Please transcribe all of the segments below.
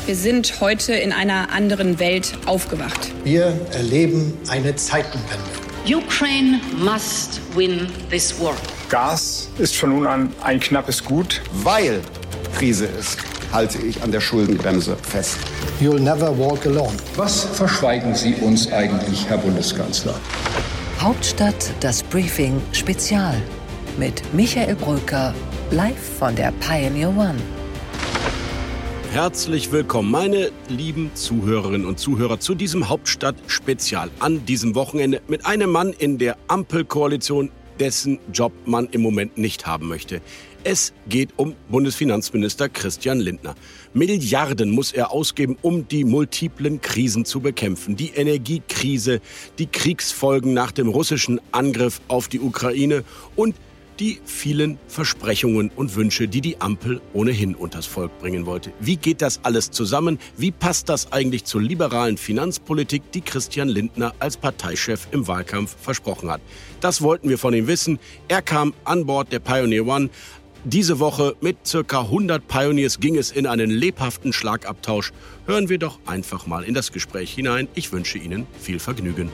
Wir sind heute in einer anderen Welt aufgewacht. Wir erleben eine Zeitenwende. Ukraine must win this war. Gas ist von nun an ein knappes Gut. Weil Krise ist, halte ich an der Schuldenbremse fest. You'll never walk alone. Was verschweigen Sie uns eigentlich, Herr Bundeskanzler? Hauptstadt, das Briefing Spezial mit Michael Brücker, live von der Pioneer One. Herzlich willkommen, meine lieben Zuhörerinnen und Zuhörer, zu diesem Hauptstadt-Spezial an diesem Wochenende mit einem Mann in der Ampelkoalition, dessen Job man im Moment nicht haben möchte. Es geht um Bundesfinanzminister Christian Lindner. Milliarden muss er ausgeben, um die multiplen Krisen zu bekämpfen. Die Energiekrise, die Kriegsfolgen nach dem russischen Angriff auf die Ukraine und die vielen Versprechungen und Wünsche, die die Ampel ohnehin unters Volk bringen wollte. Wie geht das alles zusammen? Wie passt das eigentlich zur liberalen Finanzpolitik, die Christian Lindner als Parteichef im Wahlkampf versprochen hat? Das wollten wir von ihm wissen. Er kam an Bord der Pioneer One. Diese Woche mit ca. 100 Pioneers ging es in einen lebhaften Schlagabtausch. Hören wir doch einfach mal in das Gespräch hinein. Ich wünsche Ihnen viel Vergnügen.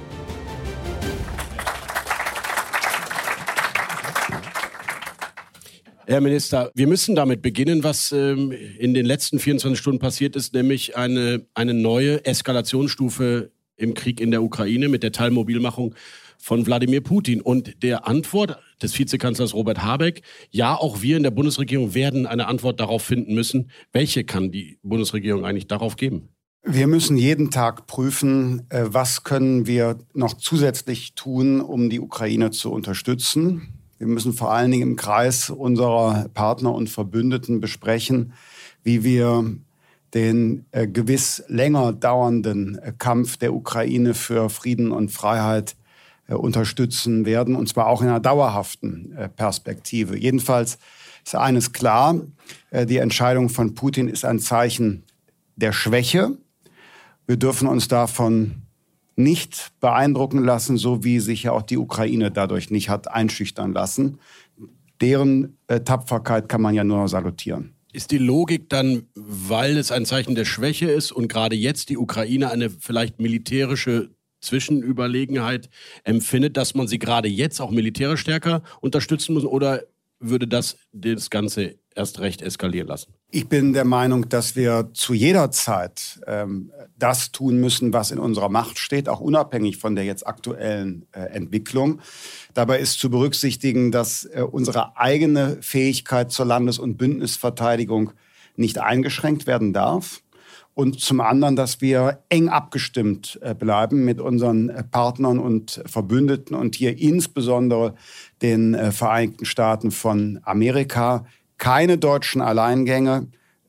Herr Minister, wir müssen damit beginnen, was in den letzten 24 Stunden passiert ist, nämlich eine neue Eskalationsstufe im Krieg in der Ukraine mit der Teilmobilmachung von Wladimir Putin und der Antwort des Vizekanzlers Robert Habeck. Ja, auch wir in der Bundesregierung werden eine Antwort darauf finden müssen. Welche kann die Bundesregierung eigentlich darauf geben? Wir müssen jeden Tag prüfen, was können wir noch zusätzlich tun, um die Ukraine zu unterstützen. Wir müssen vor allen Dingen im Kreis unserer Partner und Verbündeten besprechen, wie wir den gewiss länger dauernden Kampf der Ukraine für Frieden und Freiheit unterstützen werden, und zwar auch in einer dauerhaften Perspektive. Jedenfalls ist eines klar, die Entscheidung von Putin ist ein Zeichen der Schwäche. Wir dürfen uns davon nicht beeindrucken lassen, so wie sich ja auch die Ukraine dadurch nicht hat einschüchtern lassen. Deren Tapferkeit kann man ja nur salutieren. Ist die Logik dann, weil es ein Zeichen der Schwäche ist und gerade jetzt die Ukraine eine vielleicht militärische Zwischenüberlegenheit empfindet, dass man sie gerade jetzt auch militärisch stärker unterstützen muss, oder würde das Ganze erst recht eskalieren lassen? Ich bin der Meinung, dass wir zu jeder Zeit das tun müssen, was in unserer Macht steht, auch unabhängig von der jetzt aktuellen Entwicklung. Dabei ist zu berücksichtigen, dass unsere eigene Fähigkeit zur Landes- und Bündnisverteidigung nicht eingeschränkt werden darf. Und zum anderen, dass wir eng abgestimmt bleiben mit unseren Partnern und Verbündeten und hier insbesondere den Vereinigten Staaten von Amerika. Keine deutschen Alleingänge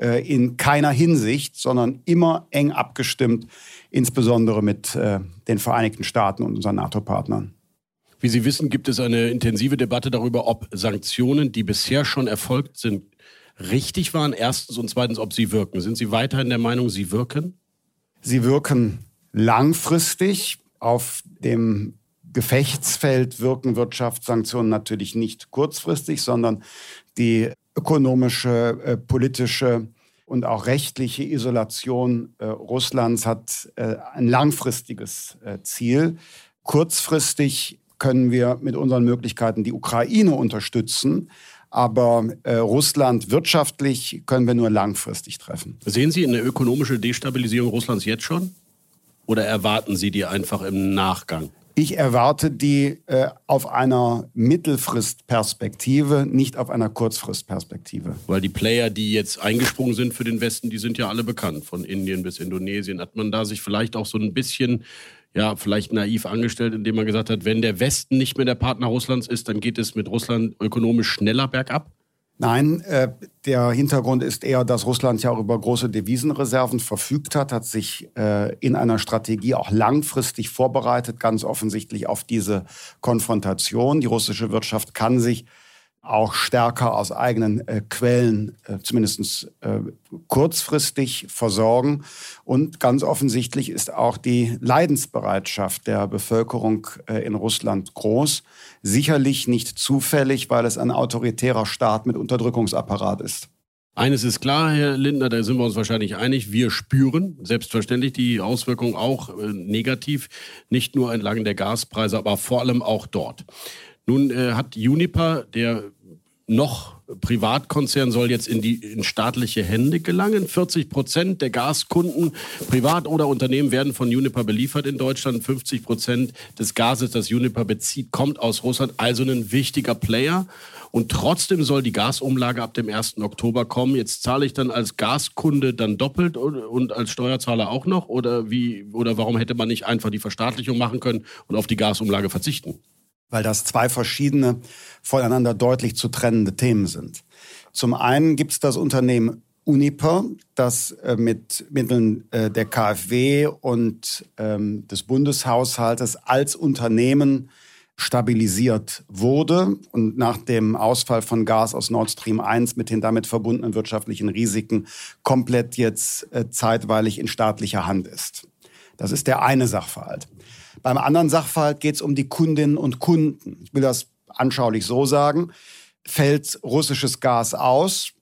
in keiner Hinsicht, sondern immer eng abgestimmt, insbesondere mit den Vereinigten Staaten und unseren NATO-Partnern. Wie Sie wissen, gibt es eine intensive Debatte darüber, ob Sanktionen, die bisher schon erfolgt sind, richtig waren, erstens, und zweitens, ob sie wirken. Sind Sie weiterhin der Meinung, sie wirken? Sie wirken langfristig. Auf dem Gefechtsfeld wirken Wirtschaftssanktionen natürlich nicht kurzfristig, sondern die ökonomische, politische und auch rechtliche Isolation Russlands hat ein langfristiges Ziel. Kurzfristig können wir mit unseren Möglichkeiten die Ukraine unterstützen, aber Russland wirtschaftlich können wir nur langfristig treffen. Sehen Sie eine ökonomische Destabilisierung Russlands jetzt schon? Oder erwarten Sie die einfach im Nachgang? Ich erwarte die auf einer Mittelfristperspektive, nicht auf einer Kurzfristperspektive. Weil die Player, die jetzt eingesprungen sind für den Westen, die sind ja alle bekannt, von Indien bis Indonesien. Hat man da sich vielleicht auch so ein bisschen, ja, vielleicht naiv angestellt, indem man gesagt hat, wenn der Westen nicht mehr der Partner Russlands ist, dann geht es mit Russland ökonomisch schneller bergab? Nein, der Hintergrund ist eher, dass Russland ja auch über große Devisenreserven verfügt hat sich in einer Strategie auch langfristig vorbereitet, ganz offensichtlich auf diese Konfrontation. Die russische Wirtschaft kann sich auch stärker aus eigenen Quellen zumindest kurzfristig versorgen. Und ganz offensichtlich ist auch die Leidensbereitschaft der Bevölkerung in Russland groß. Sicherlich nicht zufällig, weil es ein autoritärer Staat mit Unterdrückungsapparat ist. Eines ist klar, Herr Lindner, da sind wir uns wahrscheinlich einig, wir spüren selbstverständlich die Auswirkungen auch negativ, nicht nur entlang der Gaspreise, aber vor allem auch dort. Nun hat Uniper, der noch Privatkonzern, soll jetzt in staatliche Hände gelangen. 40% der Gaskunden, Privat- oder Unternehmen, werden von Uniper beliefert in Deutschland. 50% des Gases, das Uniper bezieht, kommt aus Russland, also ein wichtiger Player. Und trotzdem soll die Gasumlage ab dem 1. Oktober kommen. Jetzt zahle ich dann als Gaskunde dann doppelt und als Steuerzahler auch noch? Oder warum hätte man nicht einfach die Verstaatlichung machen können und auf die Gasumlage verzichten? Weil das zwei verschiedene, voneinander deutlich zu trennende Themen sind. Zum einen gibt es das Unternehmen Uniper, das mit Mitteln der KfW und des Bundeshaushaltes als Unternehmen stabilisiert wurde und nach dem Ausfall von Gas aus Nord Stream 1 mit den damit verbundenen wirtschaftlichen Risiken komplett jetzt zeitweilig in staatlicher Hand ist. Das ist der eine Sachverhalt. Beim anderen Sachverhalt geht es um die Kundinnen und Kunden. Ich will das anschaulich so sagen. Fällt russisches Gas aus,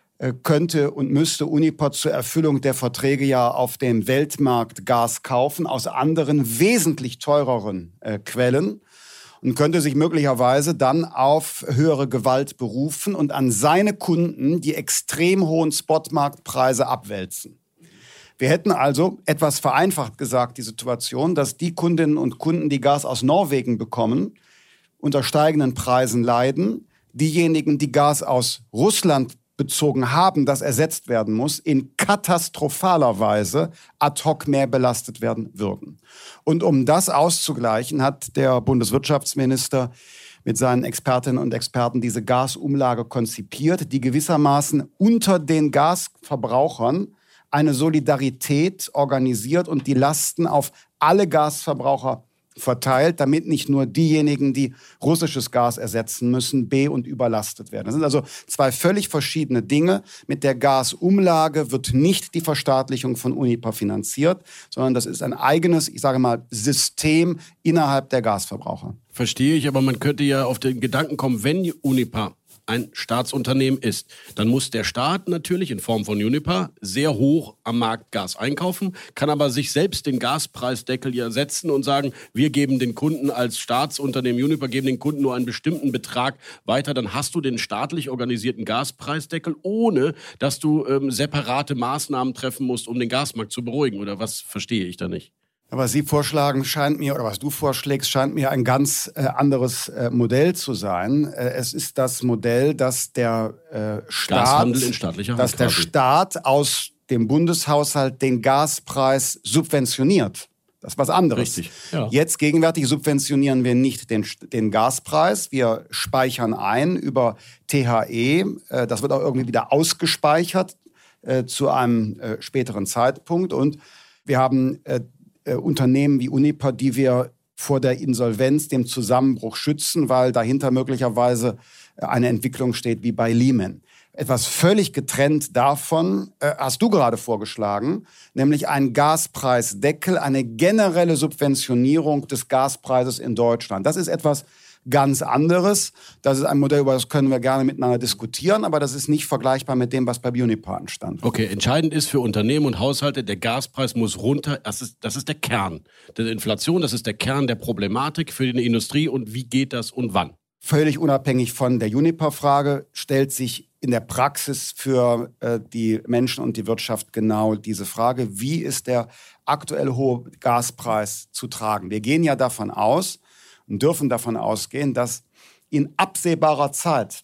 könnte und müsste Uniper zur Erfüllung der Verträge ja auf dem Weltmarkt Gas kaufen, aus anderen, wesentlich teureren Quellen, und könnte sich möglicherweise dann auf höhere Gewalt berufen und an seine Kunden die extrem hohen Spotmarktpreise abwälzen. Wir hätten also, etwas vereinfacht gesagt, die Situation, dass die Kundinnen und Kunden, die Gas aus Norwegen bekommen, unter steigenden Preisen leiden. Diejenigen, die Gas aus Russland bezogen haben, das ersetzt werden muss, in katastrophaler Weise ad hoc mehr belastet werden würden. Und um das auszugleichen, hat der Bundeswirtschaftsminister mit seinen Expertinnen und Experten diese Gasumlage konzipiert, die gewissermaßen unter den Gasverbrauchern eine Solidarität organisiert und die Lasten auf alle Gasverbraucher verteilt, damit nicht nur diejenigen, die russisches Gas ersetzen müssen, und überlastet werden. Das sind also zwei völlig verschiedene Dinge. Mit der Gasumlage wird nicht die Verstaatlichung von Uniper finanziert, sondern das ist ein eigenes, ich sage mal, System innerhalb der Gasverbraucher. Verstehe ich, aber man könnte ja auf den Gedanken kommen, wenn Uniper ein Staatsunternehmen ist, dann muss der Staat natürlich in Form von Uniper sehr hoch am Markt Gas einkaufen, kann aber sich selbst den Gaspreisdeckel ja setzen und sagen, wir geben den Kunden als Staatsunternehmen Uniper, geben den Kunden nur einen bestimmten Betrag weiter, dann hast du den staatlich organisierten Gaspreisdeckel, ohne dass du separate Maßnahmen treffen musst, um den Gasmarkt zu beruhigen. Oder was verstehe ich da nicht? Was Sie vorschlagen, scheint mir, oder was du vorschlägst, scheint mir ein ganz anderes Modell zu sein. Es ist das Modell, dass der Gashandel in staatlicher Hand, dass der Staat aus dem Bundeshaushalt den Gaspreis subventioniert. Das ist was anderes. Richtig, ja. Jetzt gegenwärtig subventionieren wir nicht den Gaspreis. Wir speichern ein über THE. Das wird auch irgendwie wieder ausgespeichert zu einem späteren Zeitpunkt. Und wir haben Unternehmen wie Uniper, die wir vor der Insolvenz, dem Zusammenbruch schützen, weil dahinter möglicherweise eine Entwicklung steht wie bei Lehman. Etwas völlig getrennt davon hast du gerade vorgeschlagen, nämlich einen Gaspreisdeckel, eine generelle Subventionierung des Gaspreises in Deutschland. Das ist etwas ganz anderes. Das ist ein Modell, über das können wir gerne miteinander diskutieren, aber das ist nicht vergleichbar mit dem, was bei Uniper anstand. Okay, entscheidend ist für Unternehmen und Haushalte, der Gaspreis muss runter. Das ist der Kern der Inflation, das ist der Kern der Problematik für die Industrie. Und wie geht das und wann? Völlig unabhängig von der Uniper-Frage stellt sich in der Praxis für die Menschen und die Wirtschaft genau diese Frage, wie ist der aktuell hohe Gaspreis zu tragen? Wir gehen ja davon aus, und dürfen davon ausgehen, dass in absehbarer Zeit,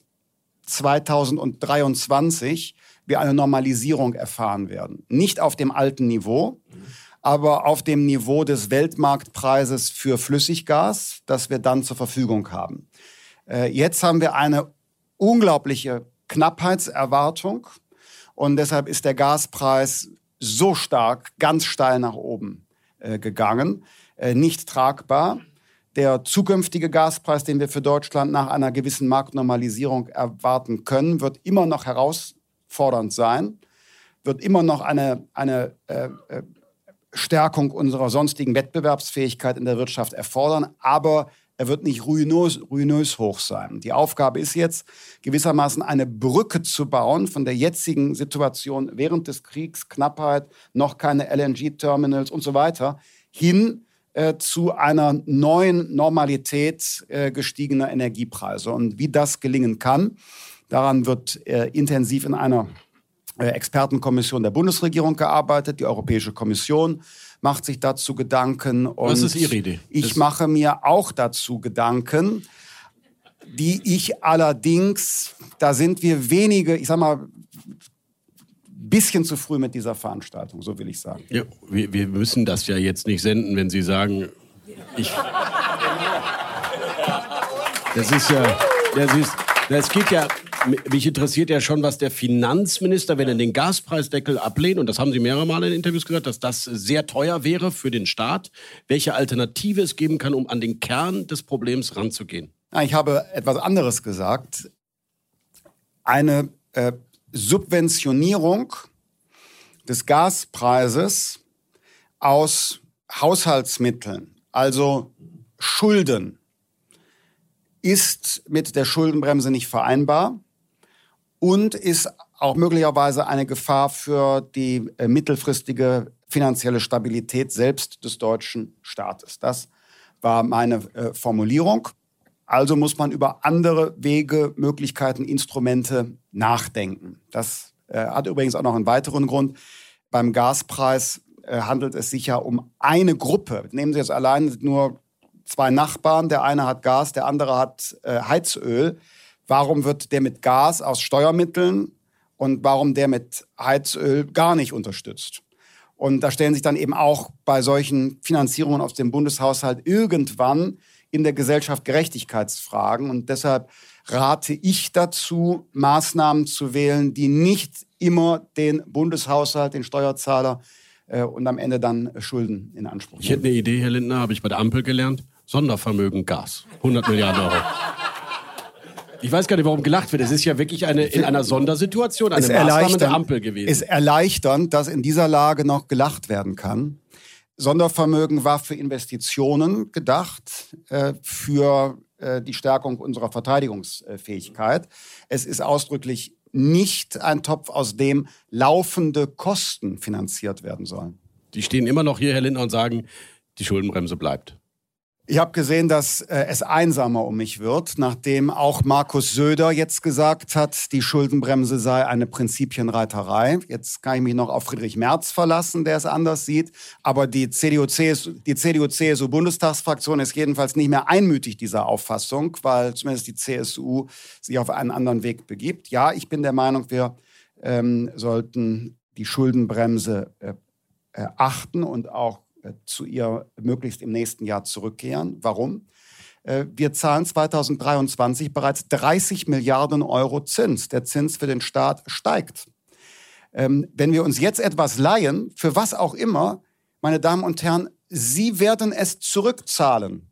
2023, wir eine Normalisierung erfahren werden. Nicht auf dem alten Niveau, aber auf dem Niveau des Weltmarktpreises für Flüssiggas, das wir dann zur Verfügung haben. Jetzt haben wir eine unglaubliche Knappheitserwartung und deshalb ist der Gaspreis so stark, ganz steil nach oben gegangen, nicht tragbar. Der zukünftige Gaspreis, den wir für Deutschland nach einer gewissen Marktnormalisierung erwarten können, wird immer noch herausfordernd sein, wird immer noch eine Stärkung unserer sonstigen Wettbewerbsfähigkeit in der Wirtschaft erfordern. Aber er wird nicht ruinös hoch sein. Die Aufgabe ist jetzt, gewissermaßen eine Brücke zu bauen von der jetzigen Situation während des Kriegs, Knappheit, noch keine LNG-Terminals und so weiter, hin zu einer neuen Normalität gestiegener Energiepreise. Und wie das gelingen kann, daran wird intensiv in einer Expertenkommission der Bundesregierung gearbeitet. Die Europäische Kommission macht sich dazu Gedanken. Und was ist Ihre Idee? Ich mache mir auch dazu Gedanken, die ich allerdings, da sind wir wenige, ich sag mal, bisschen zu früh mit dieser Veranstaltung, so will ich sagen. Ja, wir müssen das ja jetzt nicht senden, wenn Sie sagen, das geht ja, mich interessiert ja schon, was der Finanzminister, wenn er den Gaspreisdeckel ablehnt, und das haben Sie mehrere Mal in Interviews gesagt, dass das sehr teuer wäre für den Staat, welche Alternative es geben kann, um an den Kern des Problems ranzugehen. Ich habe etwas anderes gesagt. Eine Subventionierung des Gaspreises aus Haushaltsmitteln, also Schulden, ist mit der Schuldenbremse nicht vereinbar und ist auch möglicherweise eine Gefahr für die mittelfristige finanzielle Stabilität selbst des deutschen Staates. Das war meine Formulierung. Also muss man über andere Wege, Möglichkeiten, Instrumente nachdenken. Das hat übrigens auch noch einen weiteren Grund. Beim Gaspreis handelt es sich ja um eine Gruppe. Nehmen Sie jetzt allein nur 2 Nachbarn. Der eine hat Gas, der andere hat Heizöl. Warum wird der mit Gas aus Steuermitteln und warum der mit Heizöl gar nicht unterstützt? Und da stellen sich dann eben auch bei solchen Finanzierungen aus dem Bundeshaushalt irgendwann in der Gesellschaft Gerechtigkeitsfragen. Und deshalb rate ich dazu, Maßnahmen zu wählen, die nicht immer den Bundeshaushalt, den Steuerzahler und am Ende dann Schulden in Anspruch nehmen. Ich hätte eine Idee, Herr Lindner, habe ich bei der Ampel gelernt. Sondervermögen Gas. 100 Milliarden Euro. Ich weiß gar nicht, warum gelacht wird. Es ist ja wirklich in einer Sondersituation eine Maßnahme der Ampel gewesen. Es ist erleichternd, dass in dieser Lage noch gelacht werden kann. Sondervermögen war für Investitionen gedacht, für die Stärkung unserer Verteidigungsfähigkeit. Es ist ausdrücklich nicht ein Topf, aus dem laufende Kosten finanziert werden sollen. Die stehen immer noch hier, Herr Lindner, und sagen, die Schuldenbremse bleibt. Ich habe gesehen, dass es einsamer um mich wird, nachdem auch Markus Söder jetzt gesagt hat, die Schuldenbremse sei eine Prinzipienreiterei. Jetzt kann ich mich noch auf Friedrich Merz verlassen, der es anders sieht. Aber die CDU-CSU-Bundestagsfraktion ist jedenfalls nicht mehr einmütig dieser Auffassung, weil zumindest die CSU sich auf einen anderen Weg begibt. Ja, ich bin der Meinung, wir sollten die Schuldenbremse achten und auch zu ihr möglichst im nächsten Jahr zurückkehren. Warum? Wir zahlen 2023 bereits 30 Milliarden Euro Zins. Der Zins für den Staat steigt. Wenn wir uns jetzt etwas leihen, für was auch immer, meine Damen und Herren, Sie werden es zurückzahlen.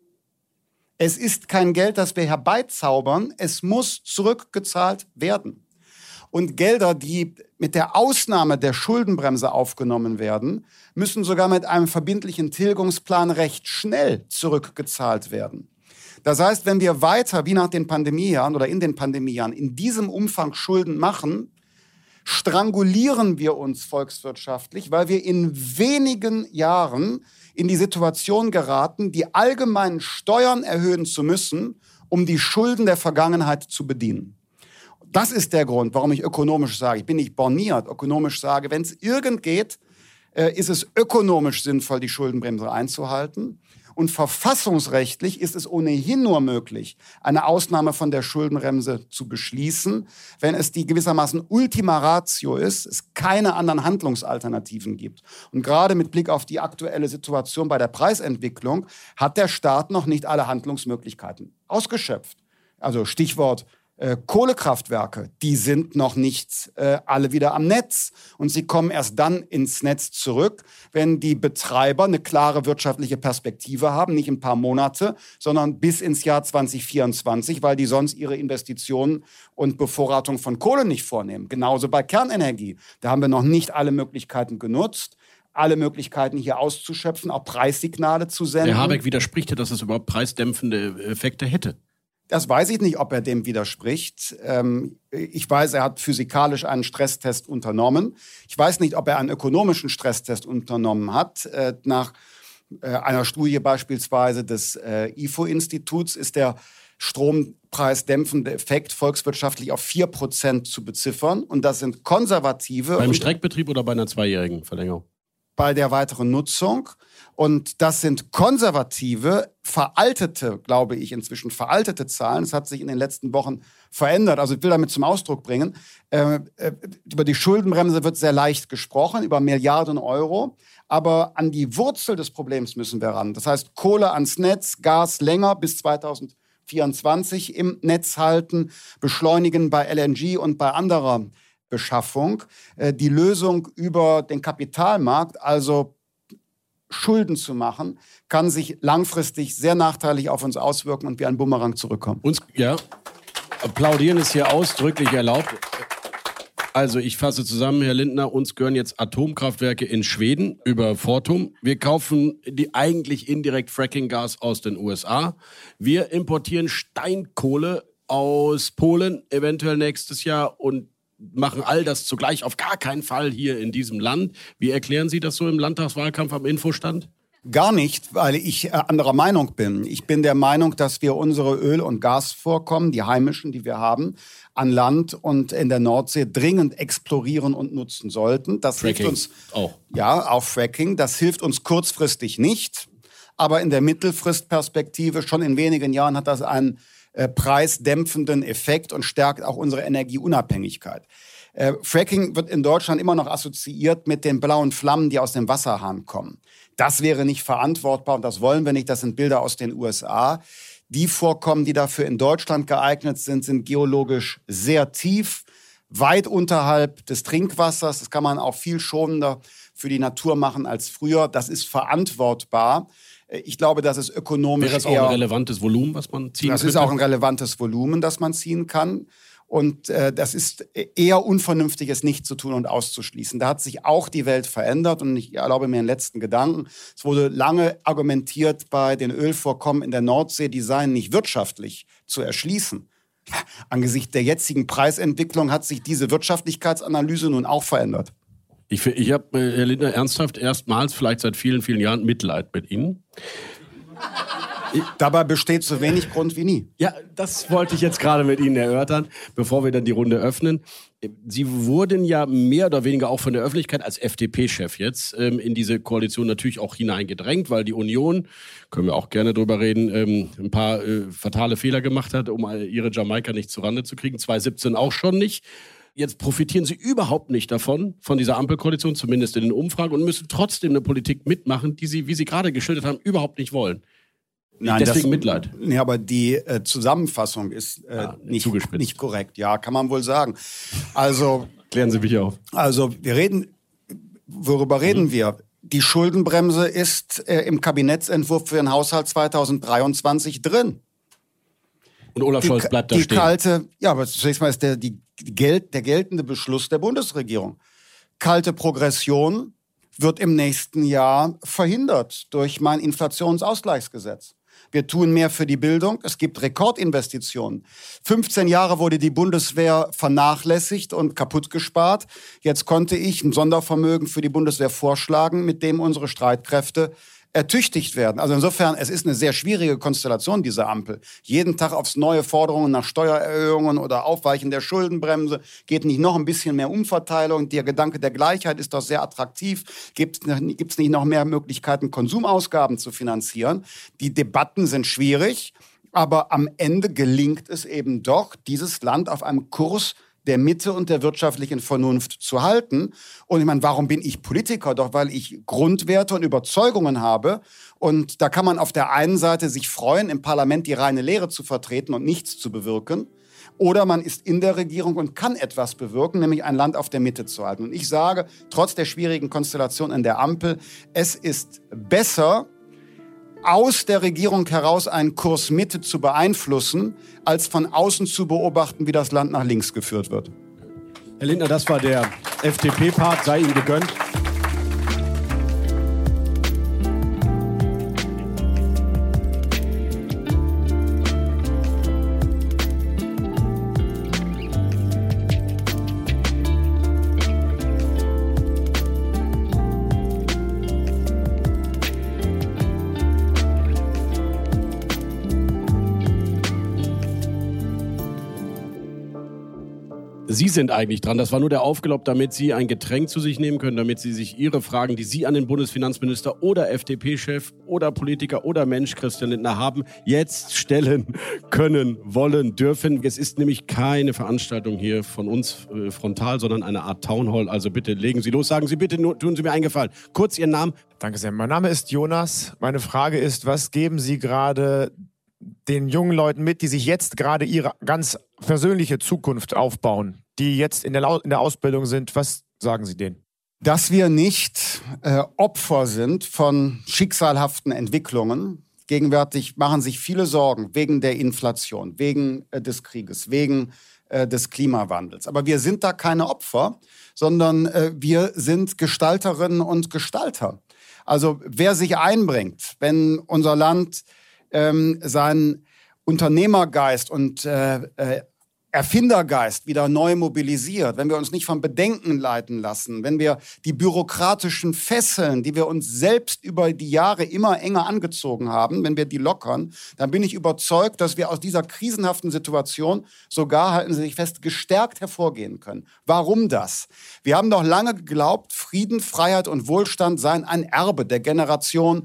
Es ist kein Geld, das wir herbeizaubern. Es muss zurückgezahlt werden. Und Gelder, die mit der Ausnahme der Schuldenbremse aufgenommen werden, müssen sogar mit einem verbindlichen Tilgungsplan recht schnell zurückgezahlt werden. Das heißt, wenn wir weiter, wie nach den Pandemiejahren oder in den Pandemiejahren, in diesem Umfang Schulden machen, strangulieren wir uns volkswirtschaftlich, weil wir in wenigen Jahren in die Situation geraten, die allgemeinen Steuern erhöhen zu müssen, um die Schulden der Vergangenheit zu bedienen. Das ist der Grund, warum ich ökonomisch sage, ich bin nicht borniert, ökonomisch sage, wenn es irgend geht, ist es ökonomisch sinnvoll, die Schuldenbremse einzuhalten. Und verfassungsrechtlich ist es ohnehin nur möglich, eine Ausnahme von der Schuldenbremse zu beschließen, wenn es die gewissermaßen Ultima Ratio ist, es keine anderen Handlungsalternativen gibt. Und gerade mit Blick auf die aktuelle Situation bei der Preisentwicklung hat der Staat noch nicht alle Handlungsmöglichkeiten ausgeschöpft. Also Stichwort Kohlekraftwerke, die sind noch nicht alle wieder am Netz. Und sie kommen erst dann ins Netz zurück, wenn die Betreiber eine klare wirtschaftliche Perspektive haben, nicht ein paar Monate, sondern bis ins Jahr 2024, weil die sonst ihre Investitionen und Bevorratung von Kohle nicht vornehmen. Genauso bei Kernenergie. Da haben wir noch nicht alle Möglichkeiten genutzt. alle Möglichkeiten hier auszuschöpfen, auch Preissignale zu senden. Herr Habeck widerspricht ja, dass es überhaupt preisdämpfende Effekte hätte. Das weiß ich nicht, ob er dem widerspricht. Ich weiß, er hat physikalisch einen Stresstest unternommen. Ich weiß nicht, ob er einen ökonomischen Stresstest unternommen hat. Nach einer Studie beispielsweise des IFO-Instituts ist der strompreisdämpfende Effekt volkswirtschaftlich auf 4% zu beziffern. Und das sind konservative... Beim Streckbetrieb oder bei einer 2-jährigen Verlängerung? Bei der weiteren Nutzung. Und das sind konservative, veraltete, glaube ich, inzwischen veraltete Zahlen. Das hat sich in den letzten Wochen verändert. Also ich will damit zum Ausdruck bringen, über die Schuldenbremse wird sehr leicht gesprochen, über Milliarden Euro. Aber an die Wurzel des Problems müssen wir ran. Das heißt, Kohle ans Netz, Gas länger bis 2024 im Netz halten, beschleunigen bei LNG und bei anderer Beschaffung. Die Lösung über den Kapitalmarkt, also Schulden zu machen, kann sich langfristig sehr nachteilig auf uns auswirken und wie ein Bumerang zurückkommen. Applaudieren ist hier ausdrücklich erlaubt. Also ich fasse zusammen, Herr Lindner, uns gehören jetzt Atomkraftwerke in Schweden über Fortum. Wir kaufen die eigentlich indirekt Fracking-Gas aus den USA. Wir importieren Steinkohle aus Polen, eventuell nächstes Jahr, und machen all das zugleich auf gar keinen Fall hier in diesem Land. Wie erklären Sie das so im Landtagswahlkampf am Infostand? Gar nicht, weil ich anderer Meinung bin. Ich bin der Meinung, dass wir unsere Öl- und Gasvorkommen, die heimischen, die wir haben, an Land und in der Nordsee dringend explorieren und nutzen sollten. Das Fracking hilft uns auch. Ja, auch Fracking. Das hilft uns kurzfristig nicht, aber in der Mittelfristperspektive, schon in wenigen Jahren, hat das einen preisdämpfenden Effekt und stärkt auch unsere Energieunabhängigkeit. Fracking wird in Deutschland immer noch assoziiert mit den blauen Flammen, die aus dem Wasserhahn kommen. Das wäre nicht verantwortbar und das wollen wir nicht. Das sind Bilder aus den USA. Die Vorkommen, die dafür in Deutschland geeignet sind, sind geologisch sehr tief, weit unterhalb des Trinkwassers. Das kann man auch viel schonender für die Natur machen als früher. Das ist verantwortbar. Ich glaube, das ist ökonomisch Wäre das auch ein relevantes Volumen, was man ziehen kann? Das ist auch ein relevantes Volumen, das man ziehen kann. Und das ist eher unvernünftig, es nicht zu tun und auszuschließen. Da hat sich auch die Welt verändert. Und ich erlaube mir einen letzten Gedanken. Es wurde lange argumentiert bei den Ölvorkommen in der Nordsee, die seien nicht wirtschaftlich zu erschließen. Angesichts der jetzigen Preisentwicklung hat sich diese Wirtschaftlichkeitsanalyse nun auch verändert. Ich habe, Herr Lindner, ernsthaft erstmals, vielleicht seit vielen, vielen Jahren, Mitleid mit Ihnen. Dabei besteht so wenig Grund wie nie. Ja, das wollte ich jetzt gerade mit Ihnen erörtern, bevor wir dann die Runde öffnen. Sie wurden ja mehr oder weniger auch von der Öffentlichkeit als FDP-Chef jetzt in diese Koalition natürlich auch hineingedrängt, weil die Union, können wir auch gerne drüber reden, ein paar fatale Fehler gemacht hat, um ihre Jamaika nicht zurande zu kriegen. 2017 auch schon nicht. Jetzt profitieren sie überhaupt nicht davon, von dieser Ampelkoalition, zumindest in den Umfragen, und müssen trotzdem eine Politik mitmachen, die sie, wie Sie gerade geschildert haben, überhaupt nicht wollen. Nein, deswegen Mitleid. Nee, aber die Zusammenfassung ist nicht korrekt. Ja, kann man wohl sagen. Also klären Sie mich auf. Also worüber reden wir? Die Schuldenbremse ist im Kabinettsentwurf für den Haushalt 2023 drin. Und Olaf Scholz bleibt da stehen. Aber zunächst mal ist der geltende Beschluss der Bundesregierung. Kalte Progression wird im nächsten Jahr verhindert durch mein Inflationsausgleichsgesetz. Wir tun mehr für die Bildung. Es gibt Rekordinvestitionen. 15 Jahre wurde die Bundeswehr vernachlässigt und kaputt gespart. Jetzt konnte ich ein Sondervermögen für die Bundeswehr vorschlagen, mit dem unsere Streitkräfte ertüchtigt werden. Also insofern, es ist eine sehr schwierige Konstellation, diese Ampel. Jeden Tag aufs neue Forderungen nach Steuererhöhungen oder Aufweichen der Schuldenbremse. Geht nicht noch ein bisschen mehr Umverteilung? Der Gedanke der Gleichheit ist doch sehr attraktiv. Gibt es nicht noch mehr Möglichkeiten, Konsumausgaben zu finanzieren? Die Debatten sind schwierig, aber am Ende gelingt es eben doch, dieses Land auf einem Kurs der Mitte und der wirtschaftlichen Vernunft zu halten. Und ich meine, warum bin ich Politiker? Doch weil ich Grundwerte und Überzeugungen habe. Und da kann man auf der einen Seite sich freuen, im Parlament die reine Lehre zu vertreten und nichts zu bewirken. Oder man ist in der Regierung und kann etwas bewirken, nämlich ein Land auf der Mitte zu halten. Und ich sage, trotz der schwierigen Konstellation in der Ampel, es ist besser, aus der Regierung heraus einen Kurs Mitte zu beeinflussen, als von außen zu beobachten, wie das Land nach links geführt wird. Herr Lindner, das war der FDP-Part, sei Ihnen gegönnt. Sie sind eigentlich dran. Das war nur der Aufgelauf, damit Sie ein Getränk zu sich nehmen können, damit Sie sich Ihre Fragen, die Sie an den Bundesfinanzminister oder FDP-Chef oder Politiker oder Mensch Christian Lindner haben, jetzt stellen können, wollen, dürfen. Es ist nämlich keine Veranstaltung hier von uns frontal, sondern eine Art Townhall. Also bitte legen Sie los. Sagen Sie bitte, tun Sie mir einen Gefallen. Kurz Ihren Namen. Danke sehr. Mein Name ist Jonas. Meine Frage ist, was geben Sie gerade den jungen Leuten mit, die sich jetzt gerade ihre ganz persönliche Zukunft aufbauen, die jetzt in der Ausbildung sind? Was sagen Sie denen? Dass wir nicht Opfer sind von schicksalhaften Entwicklungen. Gegenwärtig machen sich viele Sorgen wegen der Inflation, wegen des Krieges, wegen des Klimawandels. Aber wir sind da keine Opfer, sondern wir sind Gestalterinnen und Gestalter. Also wer sich einbringt, wenn unser Land seinen Unternehmergeist und Erfindergeist wieder neu mobilisiert, wenn wir uns nicht von Bedenken leiten lassen, wenn wir die bürokratischen Fesseln, die wir uns selbst über die Jahre immer enger angezogen haben, wenn wir die lockern, dann bin ich überzeugt, dass wir aus dieser krisenhaften Situation sogar, halten Sie sich fest, gestärkt hervorgehen können. Warum das? Wir haben doch lange geglaubt, Frieden, Freiheit und Wohlstand seien ein Erbe der Generation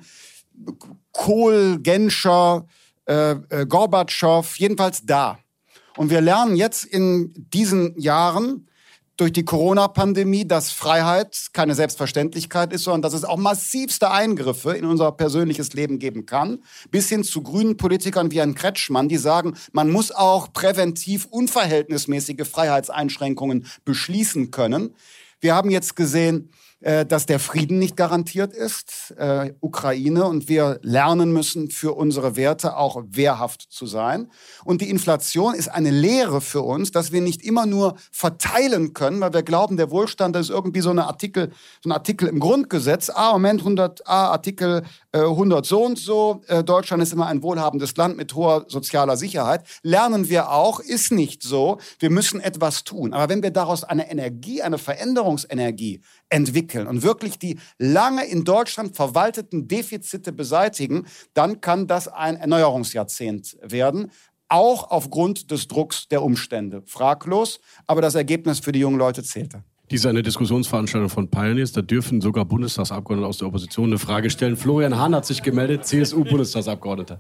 Kohl, Genscher, Gorbatschow, jedenfalls da. Und wir lernen jetzt in diesen Jahren durch die Corona-Pandemie, dass Freiheit keine Selbstverständlichkeit ist, sondern dass es auch massivste Eingriffe in unser persönliches Leben geben kann, bis hin zu grünen Politikern wie Herrn Kretschmann, die sagen, man muss auch präventiv unverhältnismäßige Freiheitseinschränkungen beschließen können. Wir haben jetzt gesehen, dass der Frieden nicht garantiert ist, Ukraine, und wir lernen müssen, für unsere Werte auch wehrhaft zu sein. Und die Inflation ist eine Lehre für uns, dass wir nicht immer nur verteilen können, weil wir glauben, der Wohlstand ist irgendwie so ein Artikel im Grundgesetz. Artikel 100 so und so. Deutschland ist immer ein wohlhabendes Land mit hoher sozialer Sicherheit. Lernen wir auch, ist nicht so. Wir müssen etwas tun. Aber wenn wir daraus eine Energie, eine Veränderungsenergie entwickeln und wirklich die lange in Deutschland verwalteten Defizite beseitigen, dann kann das ein Erneuerungsjahrzehnt werden, auch aufgrund des Drucks der Umstände. Fraglos, aber das Ergebnis für die jungen Leute zählte. Dies ist eine Diskussionsveranstaltung von Pioneers. Da dürfen sogar Bundestagsabgeordnete aus der Opposition eine Frage stellen. Florian Hahn hat sich gemeldet, CSU-Bundestagsabgeordneter.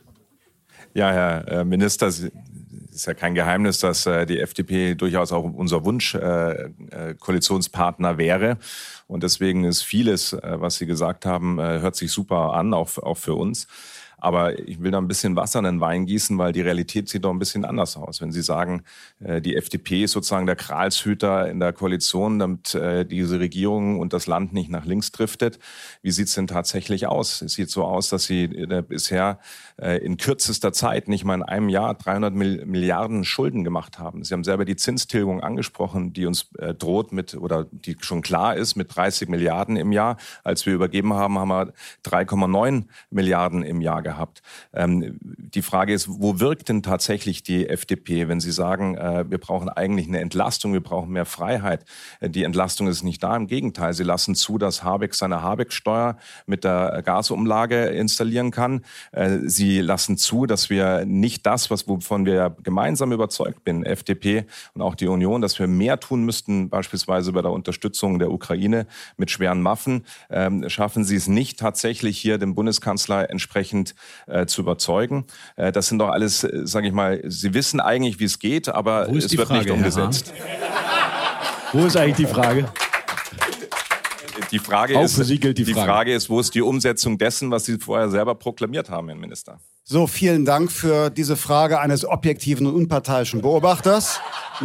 Ja, Herr Minister, es ist ja kein Geheimnis, dass die FDP durchaus auch unser Wunsch-Koalitionspartner wäre. Und deswegen ist vieles, was Sie gesagt haben, hört sich super an, auch für uns. Aber ich will da ein bisschen Wasser in den Wein gießen, weil die Realität sieht doch ein bisschen anders aus. Wenn Sie sagen, die FDP ist sozusagen der Gralshüter in der Koalition, damit diese Regierung und das Land nicht nach links driftet. Wie sieht es denn tatsächlich aus? Es sieht so aus, dass Sie bisher in kürzester Zeit, nicht mal in einem Jahr, 300 Milliarden Schulden gemacht haben. Sie haben selber die Zinstilgung angesprochen, die uns droht oder die schon klar ist mit 30 Milliarden im Jahr. Als wir übergeben haben, haben wir 3,9 Milliarden im Jahr gehabt. Die Frage ist, wo wirkt denn tatsächlich die FDP, wenn Sie sagen, wir brauchen eigentlich eine Entlastung, wir brauchen mehr Freiheit. Die Entlastung ist nicht da, im Gegenteil. Sie lassen zu, dass Habeck seine Habeck-Steuer mit der Gasumlage installieren kann. Sie lassen zu, dass wir nicht das, wovon wir gemeinsam überzeugt sind, FDP und auch die Union, dass wir mehr tun müssten, beispielsweise bei der Unterstützung der Ukraine mit schweren Waffen. Schaffen Sie es nicht tatsächlich hier, den Bundeskanzler entsprechend zu überzeugen. Das sind doch alles, sage ich mal, Sie wissen eigentlich, wie es geht, aber es wird nicht umgesetzt. Wo ist eigentlich die Frage? Die Frage ist, wo ist die Umsetzung dessen, was Sie vorher selber proklamiert haben, Herr Minister? So, vielen Dank für diese Frage eines objektiven und unparteiischen Beobachters.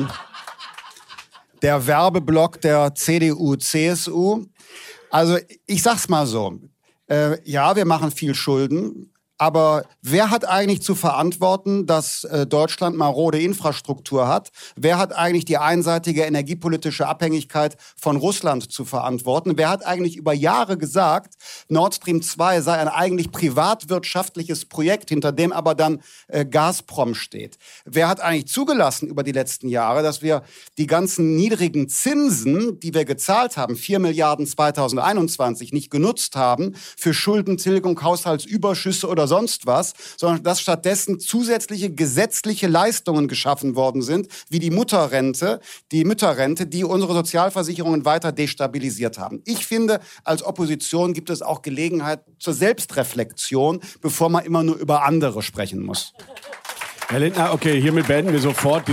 Der Werbeblock der CDU-CSU. Also, ich sag's mal so. Ja, wir machen viel Schulden. Aber wer hat eigentlich zu verantworten, dass Deutschland marode Infrastruktur hat? Wer hat eigentlich die einseitige energiepolitische Abhängigkeit von Russland zu verantworten? Wer hat eigentlich über Jahre gesagt, Nord Stream 2 sei ein eigentlich privatwirtschaftliches Projekt, hinter dem aber dann Gazprom steht? Wer hat eigentlich zugelassen über die letzten Jahre, dass wir die ganzen niedrigen Zinsen, die wir gezahlt haben, 4 Milliarden 2021, nicht genutzt haben für Schuldentilgung, Haushaltsüberschüsse oder oder sonst was, sondern dass stattdessen zusätzliche gesetzliche Leistungen geschaffen worden sind, wie die Mütterrente, die unsere Sozialversicherungen weiter destabilisiert haben. Ich finde, als Opposition gibt es auch Gelegenheit zur Selbstreflexion, bevor man immer nur über andere sprechen muss. Herr Lindner, okay, hiermit beenden wir sofort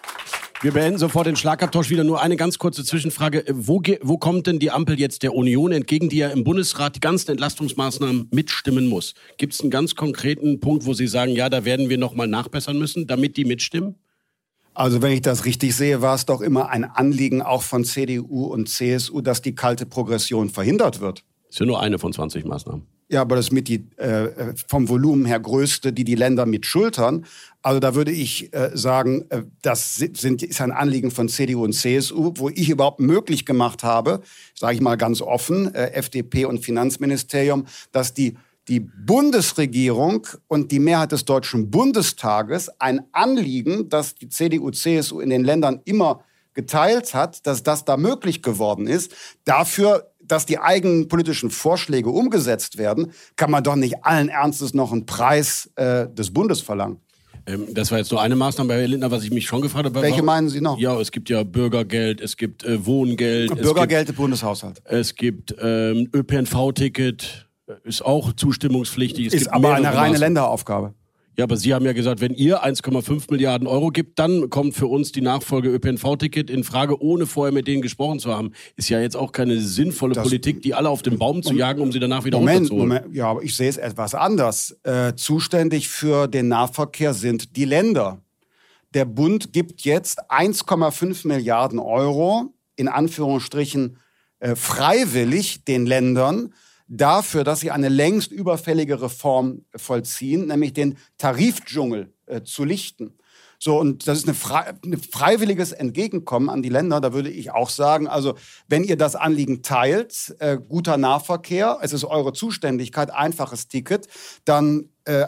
den Schlagabtausch wieder. Nur eine ganz kurze Zwischenfrage. Wo kommt denn die Ampel jetzt der Union entgegen, die ja im Bundesrat die ganzen Entlastungsmaßnahmen mitstimmen muss? Gibt es einen ganz konkreten Punkt, wo Sie sagen, ja, da werden wir noch mal nachbessern müssen, damit die mitstimmen? Also wenn ich das richtig sehe, war es doch immer ein Anliegen auch von CDU und CSU, dass die kalte Progression verhindert wird. Das ist ja nur eine von 20 Maßnahmen. Ja, aber das ist mit die vom Volumen her größte, die Länder mit schultern. Also da würde ich sagen, das ist ein Anliegen von CDU und CSU, wo ich überhaupt möglich gemacht habe, sage ich mal ganz offen, FDP und Finanzministerium, dass die Bundesregierung und die Mehrheit des Deutschen Bundestages ein Anliegen, das die CDU, CSU in den Ländern immer geteilt hat, dass das da möglich geworden ist. Dafür, dass die eigenen politischen Vorschläge umgesetzt werden, kann man doch nicht allen Ernstes noch einen Preis des Bundes verlangen. Das war jetzt nur eine Maßnahme, Herr Lindner, was ich mich schon gefragt habe. Welche meinen Sie noch? Ja, es gibt ja Bürgergeld, es gibt Wohngeld. Bürgergeld im Bundeshaushalt. Es gibt ÖPNV-Ticket, ist auch zustimmungspflichtig. Es ist gibt aber eine reine Maßnahmen. Länderaufgabe. Ja, aber Sie haben ja gesagt, wenn ihr 1,5 Milliarden Euro gibt, dann kommt für uns die Nachfolge ÖPNV-Ticket in Frage, ohne vorher mit denen gesprochen zu haben. Ist ja jetzt auch keine sinnvolle Politik, die alle auf den Baum zu jagen, um sie danach wieder runterzuholen. Moment. Ja, aber ich sehe es etwas anders. Zuständig für den Nahverkehr sind die Länder. Der Bund gibt jetzt 1,5 Milliarden Euro, in Anführungsstrichen freiwillig den Ländern, dafür, dass sie eine längst überfällige Reform vollziehen, nämlich den Tarifdschungel zu lichten. So, und das ist ein freiwilliges Entgegenkommen an die Länder. Da würde ich auch sagen, also wenn ihr das Anliegen teilt, guter Nahverkehr, es ist eure Zuständigkeit, einfaches Ticket, dann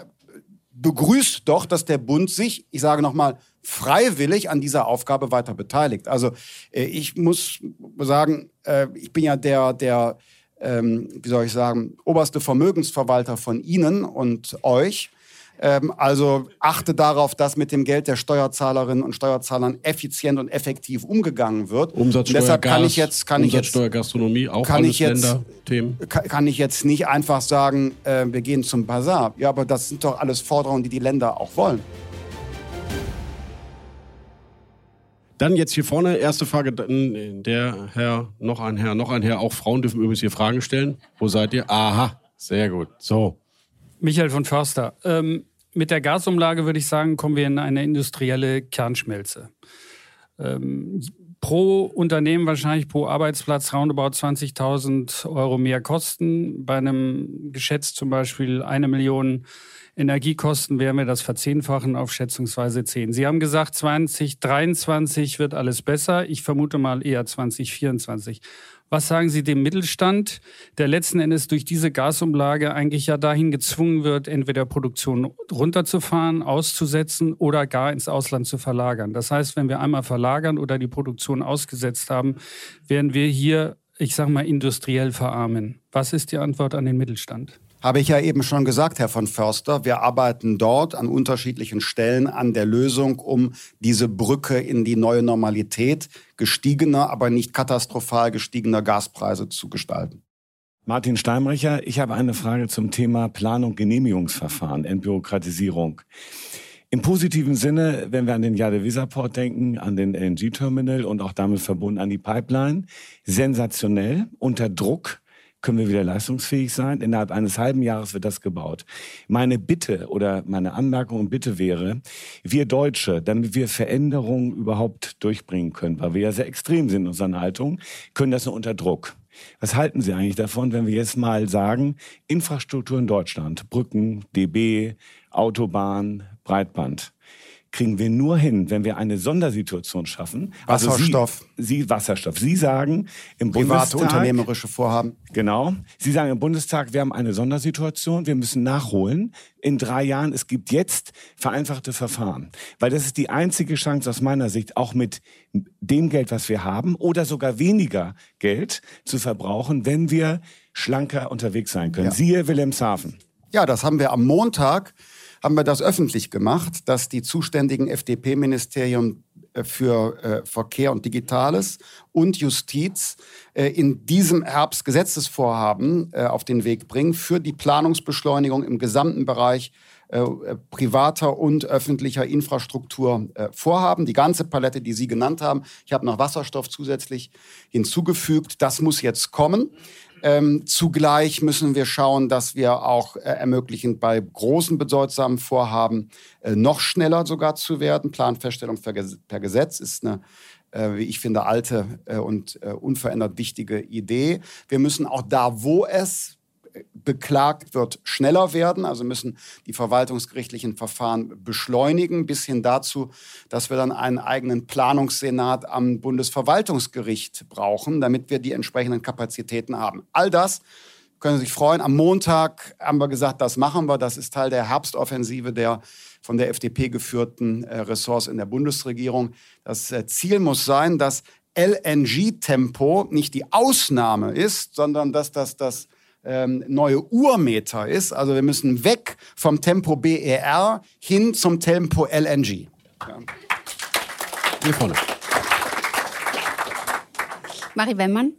begrüßt doch, dass der Bund sich, ich sage nochmal, freiwillig an dieser Aufgabe weiter beteiligt. Also ich muss sagen, ich bin ja der wie soll ich sagen, oberste Vermögensverwalter von Ihnen und euch. Also achte darauf, dass mit dem Geld der Steuerzahlerinnen und Steuerzahlern effizient und effektiv umgegangen wird. Umsatzsteuer, deshalb Gas, Umsatzsteuer, Gastronomie, auch alles Länderthemen. Kann ich jetzt nicht einfach sagen, wir gehen zum Basar. Ja, aber das sind doch alles Forderungen, die Länder auch wollen. Dann jetzt hier vorne, erste Frage, noch ein Herr, auch Frauen dürfen übrigens hier Fragen stellen. Wo seid ihr? Aha, sehr gut. So. Michael von Förster. Mit der Gasumlage würde ich sagen, kommen wir in eine industrielle Kernschmelze. Pro Unternehmen wahrscheinlich pro Arbeitsplatz roundabout 20.000 Euro mehr Kosten. Bei einem geschätzt zum Beispiel 1 Million Energiekosten werden wir das verzehnfachen auf schätzungsweise 10. Sie haben gesagt, 2023 wird alles besser. Ich vermute mal eher 2024. Was sagen Sie dem Mittelstand, der letzten Endes durch diese Gasumlage eigentlich ja dahin gezwungen wird, entweder Produktion runterzufahren, auszusetzen oder gar ins Ausland zu verlagern? Das heißt, wenn wir einmal verlagern oder die Produktion ausgesetzt haben, werden wir hier, ich sage mal, industriell verarmen. Was ist die Antwort an den Mittelstand? Habe ich ja eben schon gesagt, Herr von Förster, wir arbeiten dort an unterschiedlichen Stellen an der Lösung, um diese Brücke in die neue Normalität gestiegener, aber nicht katastrophal gestiegener Gaspreise zu gestalten. Martin Steinbrecher, ich habe eine Frage zum Thema Planung, Genehmigungsverfahren, Entbürokratisierung. Im positiven Sinne, wenn wir an den Jade-Weserport denken, an den LNG-Terminal und auch damit verbunden an die Pipeline, sensationell, unter Druck, können wir wieder leistungsfähig sein. Innerhalb eines halben Jahres wird das gebaut. Meine Bitte oder meine Anmerkung und Bitte wäre, wir Deutsche, damit wir Veränderungen überhaupt durchbringen können, weil wir ja sehr extrem sind in unserer Haltung, können das nur unter Druck. Was halten Sie eigentlich davon, wenn wir jetzt mal sagen, Infrastruktur in Deutschland, Brücken, DB, Autobahn, Breitband, kriegen wir nur hin, wenn wir eine Sondersituation schaffen. Wasserstoff. Wasserstoff. Sie sagen im Private Bundestag, unternehmerische Vorhaben. Genau. Sie sagen im Bundestag, wir haben eine Sondersituation, wir müssen nachholen. In 3 Jahren, es gibt jetzt vereinfachte Verfahren. Weil das ist die einzige Chance aus meiner Sicht, auch mit dem Geld, was wir haben, oder sogar weniger Geld zu verbrauchen, wenn wir schlanker unterwegs sein können. Ja. Siehe Wilhelmshaven. Ja, das haben wir am Montag, haben wir das öffentlich gemacht, dass die zuständigen FDP-Ministerien für Verkehr und Digitales und Justiz in diesem Herbst Gesetzesvorhaben auf den Weg bringen für die Planungsbeschleunigung im gesamten Bereich privater und öffentlicher Infrastruktur vorhaben. Die ganze Palette, die Sie genannt haben. Ich habe noch Wasserstoff zusätzlich hinzugefügt. Das muss jetzt kommen. Zugleich müssen wir schauen, dass wir auch ermöglichen, bei großen bedeutsamen Vorhaben noch schneller sogar zu werden. Planfeststellung per Gesetz ist eine, wie ich finde, alte und unverändert wichtige Idee. Wir müssen auch da, wo es beklagt wird, schneller werden. Also müssen die verwaltungsgerichtlichen Verfahren beschleunigen, bis hin dazu, dass wir dann einen eigenen Planungssenat am Bundesverwaltungsgericht brauchen, damit wir die entsprechenden Kapazitäten haben. All das können Sie sich freuen. Am Montag haben wir gesagt, das machen wir. Das ist Teil der Herbstoffensive der von der FDP geführten Ressorts in der Bundesregierung. Das Ziel muss sein, dass LNG-Tempo nicht die Ausnahme ist, sondern dass das neue Urmeter ist. Also wir müssen weg vom Tempo BER hin zum Tempo LNG. Ja. Hier vorne. Marie Wellmann.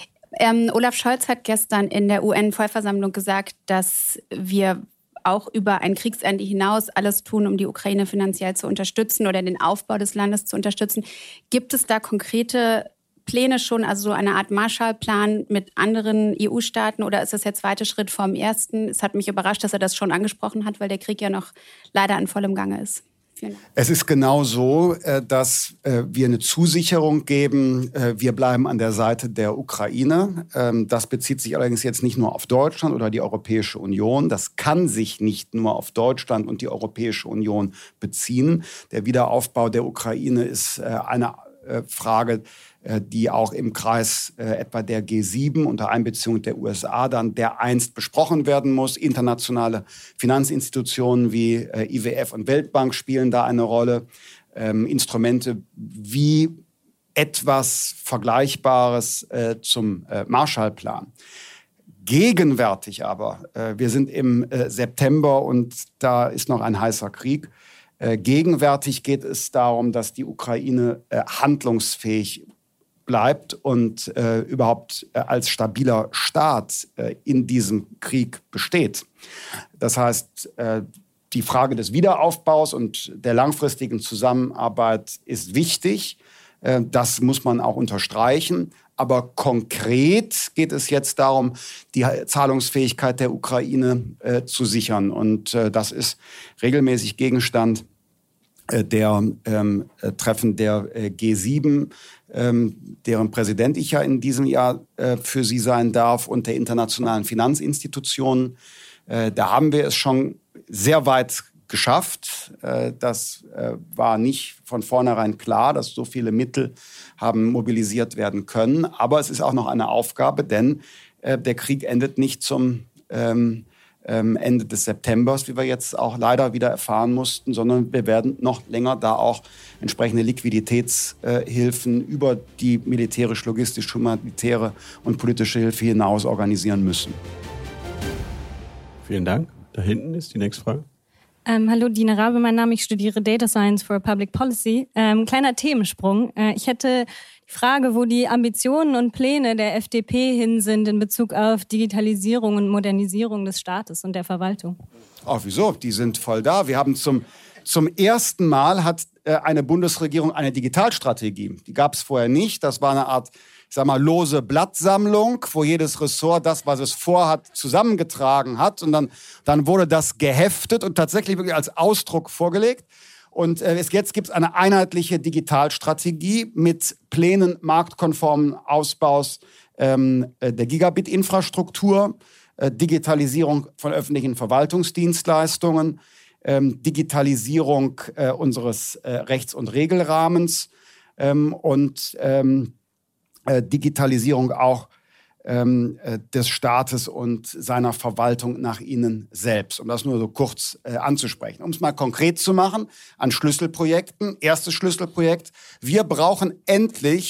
Olaf Scholz hat gestern in der UN-Vollversammlung gesagt, dass wir auch über ein Kriegsende hinaus alles tun, um die Ukraine finanziell zu unterstützen oder den Aufbau des Landes zu unterstützen. Gibt es da konkrete Pläne schon, also so eine Art Marshallplan mit anderen EU-Staaten, oder ist das der zweite Schritt vom ersten? Es hat mich überrascht, dass er das schon angesprochen hat, weil der Krieg ja noch leider in vollem Gange ist. Vielen Dank. Es ist genau so, dass wir eine Zusicherung geben, wir bleiben an der Seite der Ukraine. Das bezieht sich allerdings jetzt nicht nur auf Deutschland oder die Europäische Union. Das kann sich nicht nur auf Deutschland und die Europäische Union beziehen. Der Wiederaufbau der Ukraine ist eine Frage, die auch im Kreis etwa der G7 unter Einbeziehung der USA dann dereinst besprochen werden muss. Internationale Finanzinstitutionen wie IWF und Weltbank spielen da eine Rolle. Instrumente wie etwas Vergleichbares zum Marshallplan. Gegenwärtig aber, wir sind im September und da ist noch ein heißer Krieg. Gegenwärtig geht es darum, dass die Ukraine handlungsfähig bleibt und überhaupt als stabiler Staat in diesem Krieg besteht. Das heißt, die Frage des Wiederaufbaus und der langfristigen Zusammenarbeit ist wichtig. Das muss man auch unterstreichen. Aber konkret geht es jetzt darum, die Zahlungsfähigkeit der Ukraine zu sichern. Und das ist regelmäßig Gegenstand der Treffen der G7, deren Präsident ich ja in diesem Jahr für Sie sein darf, und der internationalen Finanzinstitutionen. Da haben wir es schon sehr weit geschafft. Das war nicht von vornherein klar, dass so viele Mittel haben mobilisiert werden können. Aber es ist auch noch eine Aufgabe, denn der Krieg endet nicht zum Ende des Septembers, wie wir jetzt auch leider wieder erfahren mussten, sondern wir werden noch länger da auch entsprechende Liquiditätshilfen über die militärisch-logistisch-humanitäre und politische Hilfe hinaus organisieren müssen. Vielen Dank. Da hinten ist die nächste Frage. Hallo, Dina Rabe, mein Name. Ich studiere Data Science for Public Policy. Kleiner Themensprung. Ich hätte die Frage, wo die Ambitionen und Pläne der FDP hin sind in Bezug auf Digitalisierung und Modernisierung des Staates und der Verwaltung. Oh, wieso? Die sind voll da. Wir haben zum ersten Mal hat eine Bundesregierung eine Digitalstrategie. Die gab es vorher nicht. Das war eine Art, ich sag mal, lose Blattsammlung, wo jedes Ressort das, was es vorhat, zusammengetragen hat. Und dann wurde das geheftet und tatsächlich wirklich als Ausdruck vorgelegt. Und jetzt gibt es eine einheitliche Digitalstrategie mit Plänen marktkonformen Ausbaus der Gigabit-Infrastruktur, Digitalisierung von öffentlichen Verwaltungsdienstleistungen, Digitalisierung unseres Rechts- und Regelrahmens und Digitalisierung auch des Staates und seiner Verwaltung nach innen selbst. Um das nur so kurz anzusprechen. Um es mal konkret zu machen, an Schlüsselprojekten. Erstes Schlüsselprojekt. Wir brauchen endlich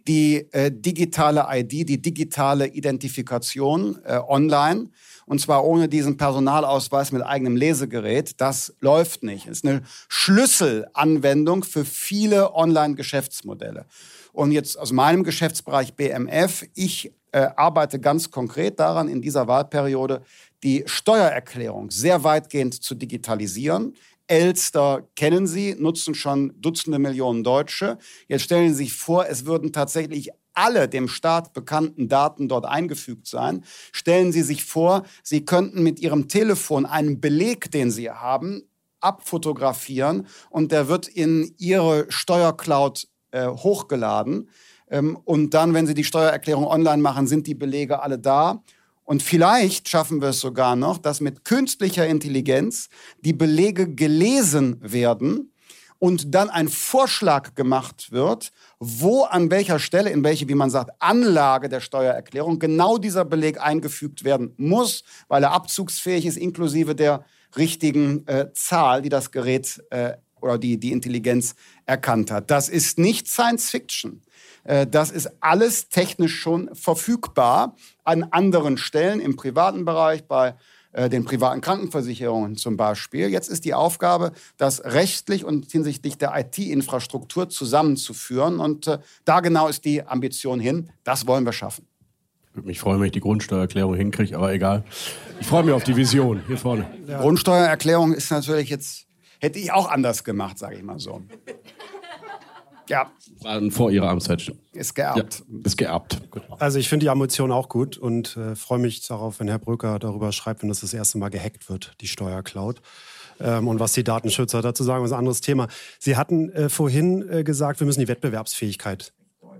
die digitale ID, die digitale Identifikation online. Und zwar ohne diesen Personalausweis mit eigenem Lesegerät. Das läuft nicht. Es ist eine Schlüsselanwendung für viele Online-Geschäftsmodelle. Und jetzt aus meinem Geschäftsbereich BMF, ich arbeite ganz konkret daran, in dieser Wahlperiode die Steuererklärung sehr weitgehend zu digitalisieren. Elster kennen Sie, nutzen schon Dutzende Millionen Deutsche. Jetzt stellen Sie sich vor, es würden tatsächlich alle dem Staat bekannten Daten dort eingefügt sein. Stellen Sie sich vor, Sie könnten mit Ihrem Telefon einen Beleg, den Sie haben, abfotografieren und der wird in Ihre Steuercloud hochgeladen. Und dann, wenn Sie die Steuererklärung online machen, sind die Belege alle da. Und vielleicht schaffen wir es sogar noch, dass mit künstlicher Intelligenz die Belege gelesen werden und dann ein Vorschlag gemacht wird, wo an welcher Stelle, in welche, wie man sagt, Anlage der Steuererklärung genau dieser Beleg eingefügt werden muss, weil er abzugsfähig ist, inklusive der richtigen Zahl, die das Gerät oder die Intelligenz erkannt hat. Das ist nicht Science Fiction. Das ist alles technisch schon verfügbar an anderen Stellen im privaten Bereich, bei den privaten Krankenversicherungen zum Beispiel. Jetzt ist die Aufgabe, das rechtlich und hinsichtlich der IT-Infrastruktur zusammenzuführen. Und da genau ist die Ambition hin. Das wollen wir schaffen. Ich würde mich freuen, wenn ich die Grundsteuererklärung hinkriege, aber egal. Ich freue mich auf die Vision hier vorne. Ja. Grundsteuererklärung ist natürlich jetzt, hätte ich auch anders gemacht, sage ich mal so. Ja. War vor Ihrer Amtszeit. Ist geerbt. Ja, ist geerbt. Gut. Also ich finde die Ambition auch gut und freue mich darauf, wenn Herr Bröker darüber schreibt, wenn das erste Mal gehackt wird, die Steuercloud. Und was die Datenschützer dazu sagen, ist ein anderes Thema. Sie hatten vorhin gesagt, wir müssen die Wettbewerbsfähigkeit.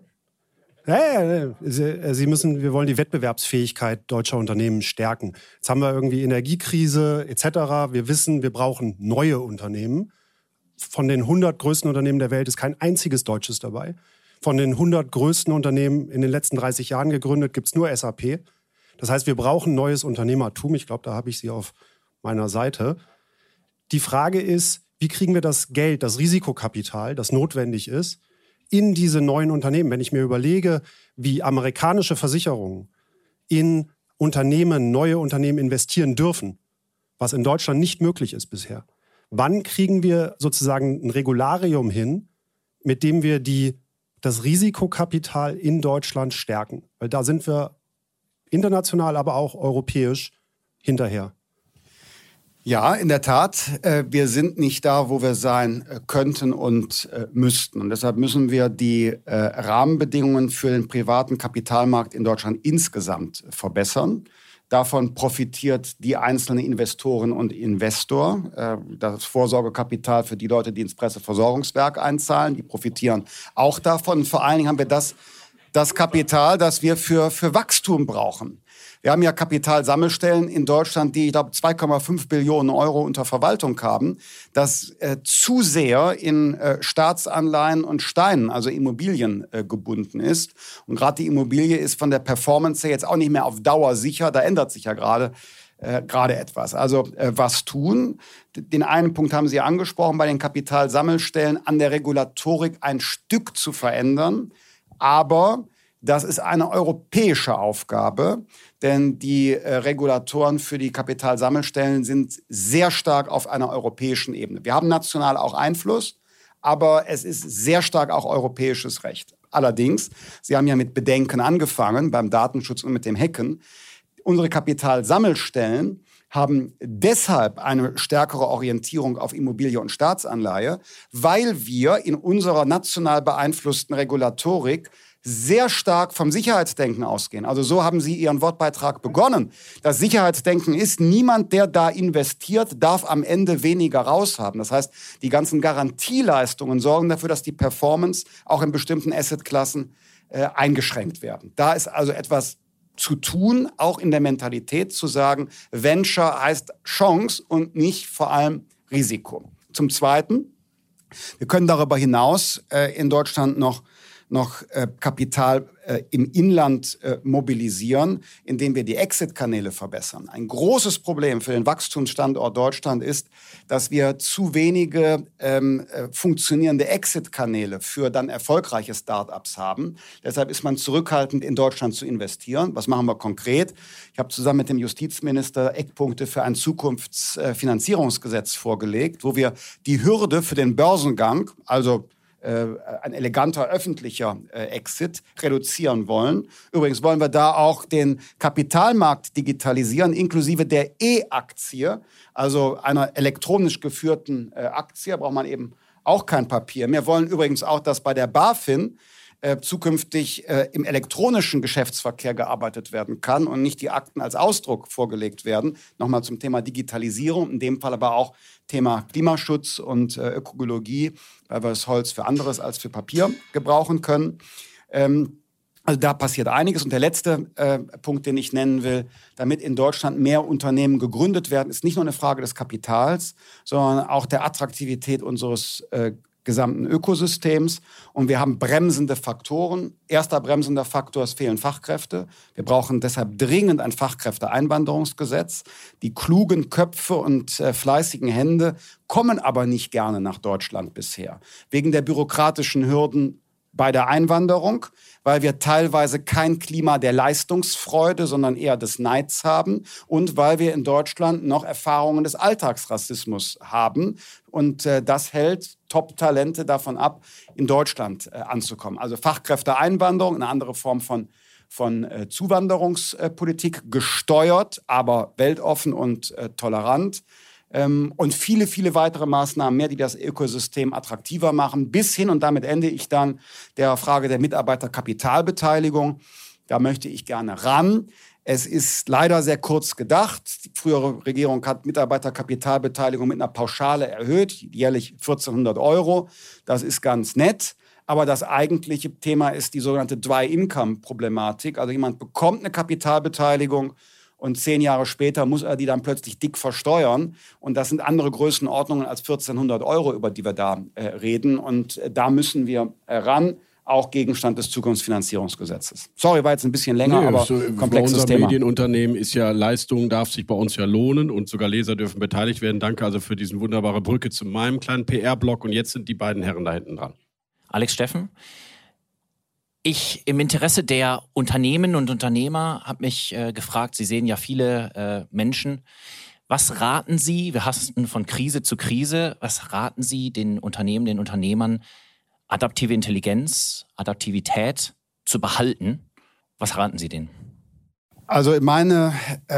Wir wollen die Wettbewerbsfähigkeit deutscher Unternehmen stärken. Jetzt haben wir irgendwie Energiekrise etc. Wir wissen, wir brauchen neue Unternehmen. Von den 100 größten Unternehmen der Welt ist kein einziges deutsches dabei. Von den 100 größten Unternehmen in den letzten 30 Jahren gegründet, gibt es nur SAP. Das heißt, wir brauchen neues Unternehmertum. Ich glaube, da habe ich Sie auf meiner Seite. Die Frage ist, wie kriegen wir das Geld, das Risikokapital, das notwendig ist, in diese neuen Unternehmen? Wenn ich mir überlege, wie amerikanische Versicherungen in Unternehmen, neue Unternehmen investieren dürfen, was in Deutschland nicht möglich ist bisher. Wann kriegen wir sozusagen ein Regularium hin, mit dem wir das Risikokapital in Deutschland stärken? Weil da sind wir international, aber auch europäisch hinterher. Ja, in der Tat. Wir sind nicht da, wo wir sein könnten und müssten. Und deshalb müssen wir die Rahmenbedingungen für den privaten Kapitalmarkt in Deutschland insgesamt verbessern. Davon profitiert die einzelne Investorin und Investor. Das Vorsorgekapital für die Leute, die ins Presseversorgungswerk einzahlen, die profitieren auch davon. Und vor allen Dingen haben wir das Kapital, das wir für Wachstum brauchen. Wir haben ja Kapitalsammelstellen in Deutschland, die, ich glaube, 2,5 Billionen Euro unter Verwaltung haben, das zu sehr in Staatsanleihen und Steinen, also Immobilien, gebunden ist. Und gerade die Immobilie ist von der Performance her jetzt auch nicht mehr auf Dauer sicher. Da ändert sich ja gerade etwas. Also was tun? Den einen Punkt haben Sie angesprochen, bei den Kapitalsammelstellen an der Regulatorik ein Stück zu verändern. Aber das ist eine europäische Aufgabe, denn die Regulatoren für die Kapitalsammelstellen sind sehr stark auf einer europäischen Ebene. Wir haben national auch Einfluss, aber es ist sehr stark auch europäisches Recht. Allerdings, Sie haben ja mit Bedenken angefangen beim Datenschutz und mit dem Hacken. Unsere Kapitalsammelstellen haben deshalb eine stärkere Orientierung auf Immobilie und Staatsanleihe, weil wir in unserer national beeinflussten Regulatorik sehr stark vom Sicherheitsdenken ausgehen. Also so haben Sie Ihren Wortbeitrag begonnen. Das Sicherheitsdenken ist, niemand, der da investiert, darf am Ende weniger raushaben. Das heißt, die ganzen Garantieleistungen sorgen dafür, dass die Performance auch in bestimmten Assetklassen eingeschränkt werden. Da ist also etwas zu tun, auch in der Mentalität zu sagen, Venture heißt Chance und nicht vor allem Risiko. Zum Zweiten, wir können darüber hinaus in Deutschland noch noch Kapital im Inland mobilisieren, indem wir die Exit-Kanäle verbessern. Ein großes Problem für den Wachstumsstandort Deutschland ist, dass wir zu wenige funktionierende Exit-Kanäle für dann erfolgreiche Start-ups haben. Deshalb ist man zurückhaltend, in Deutschland zu investieren. Was machen wir konkret? Ich habe zusammen mit dem Justizminister Eckpunkte für ein Zukunftsfinanzierungsgesetz vorgelegt, wo wir die Hürde für den Börsengang, also ein eleganter öffentlicher Exit, reduzieren wollen. Übrigens wollen wir da auch den Kapitalmarkt digitalisieren, inklusive der E-Aktie, also einer elektronisch geführten Aktie, braucht man eben auch kein Papier. Wir wollen übrigens auch, dass bei der BaFin zukünftig im elektronischen Geschäftsverkehr gearbeitet werden kann und nicht die Akten als Ausdruck vorgelegt werden. Nochmal zum Thema Digitalisierung, in dem Fall aber auch Thema Klimaschutz und Ökologie, weil wir das Holz für anderes als für Papier gebrauchen können. Also da passiert einiges. Und der letzte Punkt, den ich nennen will, damit in Deutschland mehr Unternehmen gegründet werden, ist nicht nur eine Frage des Kapitals, sondern auch der Attraktivität unseres gesamten Ökosystems. Und wir haben bremsende Faktoren. Erster bremsender Faktor ist fehlen Fachkräfte. Wir brauchen deshalb dringend ein Fachkräfteeinwanderungsgesetz. Die klugen Köpfe und fleißigen Hände kommen aber nicht gerne nach Deutschland bisher. Wegen der bürokratischen Hürden bei der Einwanderung, weil wir teilweise kein Klima der Leistungsfreude, sondern eher des Neids haben und weil wir in Deutschland noch Erfahrungen des Alltagsrassismus haben. Und das hält Top-Talente davon ab, in Deutschland anzukommen. Also Fachkräfteeinwanderung, eine andere Form von Zuwanderungspolitik, gesteuert, aber weltoffen und tolerant. Und viele, viele weitere Maßnahmen mehr, die das Ökosystem attraktiver machen, bis hin, und damit ende ich dann, der Frage der Mitarbeiterkapitalbeteiligung. Da möchte ich gerne ran. Es ist leider sehr kurz gedacht. Die frühere Regierung hat Mitarbeiterkapitalbeteiligung mit einer Pauschale erhöht, jährlich 1.400 €. Das ist ganz nett. Aber das eigentliche Thema ist die sogenannte Dry-Income-Problematik. Also jemand bekommt eine Kapitalbeteiligung und 10 Jahre später muss er die dann plötzlich dick versteuern. Und das sind andere Größenordnungen als 1.400 €, über die wir da reden. Und da müssen wir ran, auch Gegenstand des Zukunftsfinanzierungsgesetzes. Sorry, war jetzt ein bisschen länger, aber komplexes unser Thema. Medienunternehmen ist ja, Leistung darf sich bei uns ja lohnen und sogar Leser dürfen beteiligt werden. Danke also für diesen wunderbare Brücke zu meinem kleinen PR-Blog. Und jetzt sind die beiden Herren da hinten dran. Alex Steffen. Ich im Interesse der Unternehmen und Unternehmer habe mich gefragt, Sie sehen ja viele Menschen, was raten Sie, wir hasten von Krise zu Krise, was raten Sie den Unternehmen, den Unternehmern, adaptive Intelligenz, Adaptivität zu behalten? Was raten Sie denen? Also meine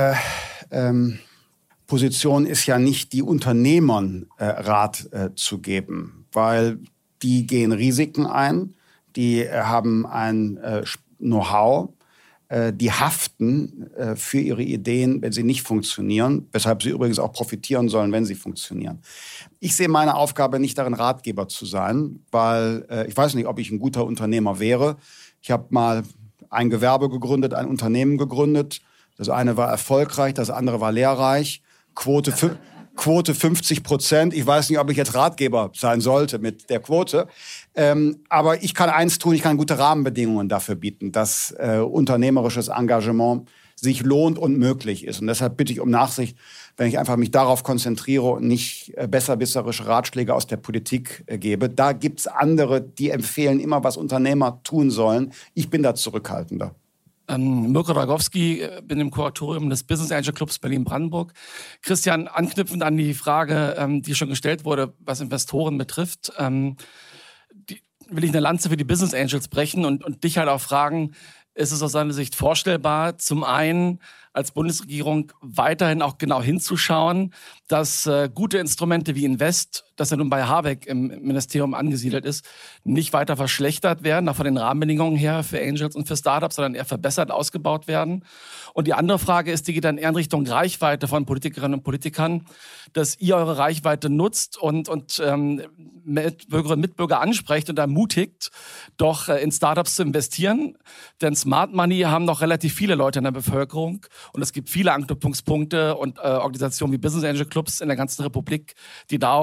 Position ist ja nicht, die Unternehmern Rat zu geben, weil die gehen Risiken ein. Die haben ein Know-how, die haften für ihre Ideen, wenn sie nicht funktionieren, weshalb sie übrigens auch profitieren sollen, wenn sie funktionieren. Ich sehe meine Aufgabe nicht darin, Ratgeber zu sein, weil ich weiß nicht, ob ich ein guter Unternehmer wäre. Ich habe mal ein Gewerbe gegründet, ein Unternehmen gegründet. Das eine war erfolgreich, das andere war lehrreich. Quote 50%. Ich weiß nicht, ob ich jetzt Ratgeber sein sollte mit der Quote. Aber ich kann eins tun, ich kann gute Rahmenbedingungen dafür bieten, dass unternehmerisches Engagement sich lohnt und möglich ist. Und deshalb bitte ich um Nachsicht, wenn ich einfach mich darauf konzentriere und nicht besserwisserische Ratschläge aus der Politik gebe. Da gibt's andere, die empfehlen immer, was Unternehmer tun sollen. Ich bin da zurückhaltender. Mirko Dragowski, bin im Kuratorium des Business Angel Clubs Berlin-Brandenburg. Christian, anknüpfend an die Frage, die schon gestellt wurde, was Investoren betrifft, will ich eine Lanze für die Business Angels brechen und dich halt auch fragen, ist es aus seiner Sicht vorstellbar, zum einen als Bundesregierung weiterhin auch genau hinzuschauen, dass gute Instrumente wie Invest, das ja nun bei Habeck im Ministerium angesiedelt ist, nicht weiter verschlechtert werden, auch von den Rahmenbedingungen her für Angels und für Startups, sondern eher verbessert ausgebaut werden. Und die andere Frage ist, die geht dann eher in Richtung Reichweite von Politikerinnen und Politikern, dass ihr eure Reichweite nutzt und Bürgerinnen und Mitbürger ansprecht und ermutigt, doch in Startups zu investieren. Denn Smart Money haben noch relativ viele Leute in der Bevölkerung. Und es gibt viele Anknüpfungspunkte und Organisationen wie Business Angel Clubs in der ganzen Republik, die da auch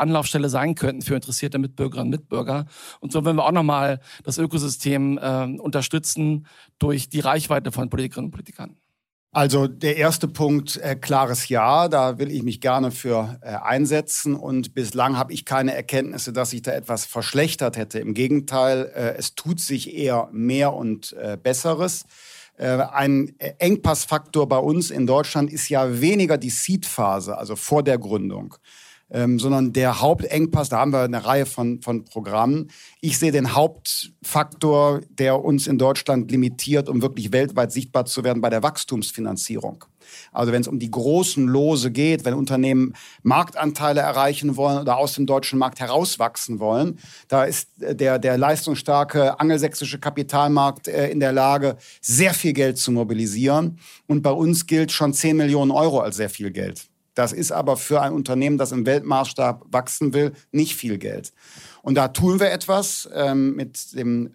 Anlaufstelle sein könnten für interessierte Mitbürgerinnen und Mitbürger. Und so wollen wir auch nochmal das Ökosystem unterstützen durch die Reichweite von Politikerinnen und Politikern. Also der erste Punkt, klares Ja, da will ich mich gerne für einsetzen und bislang habe ich keine Erkenntnisse, dass sich da etwas verschlechtert hätte. Im Gegenteil, es tut sich eher mehr und Besseres. Ein Engpassfaktor bei uns in Deutschland ist ja weniger die Seed-Phase, also vor der Gründung, sondern der Hauptengpass, da haben wir eine Reihe von Programmen. Ich sehe den Hauptfaktor, der uns in Deutschland limitiert, um wirklich weltweit sichtbar zu werden, bei der Wachstumsfinanzierung. Also wenn es um die großen Lose geht, wenn Unternehmen Marktanteile erreichen wollen oder aus dem deutschen Markt herauswachsen wollen, da ist der leistungsstarke angelsächsische Kapitalmarkt in der Lage, sehr viel Geld zu mobilisieren. Und bei uns gilt schon 10 Millionen Euro als sehr viel Geld. Das ist aber für ein Unternehmen, das im Weltmaßstab wachsen will, nicht viel Geld. Und da tun wir etwas mit dem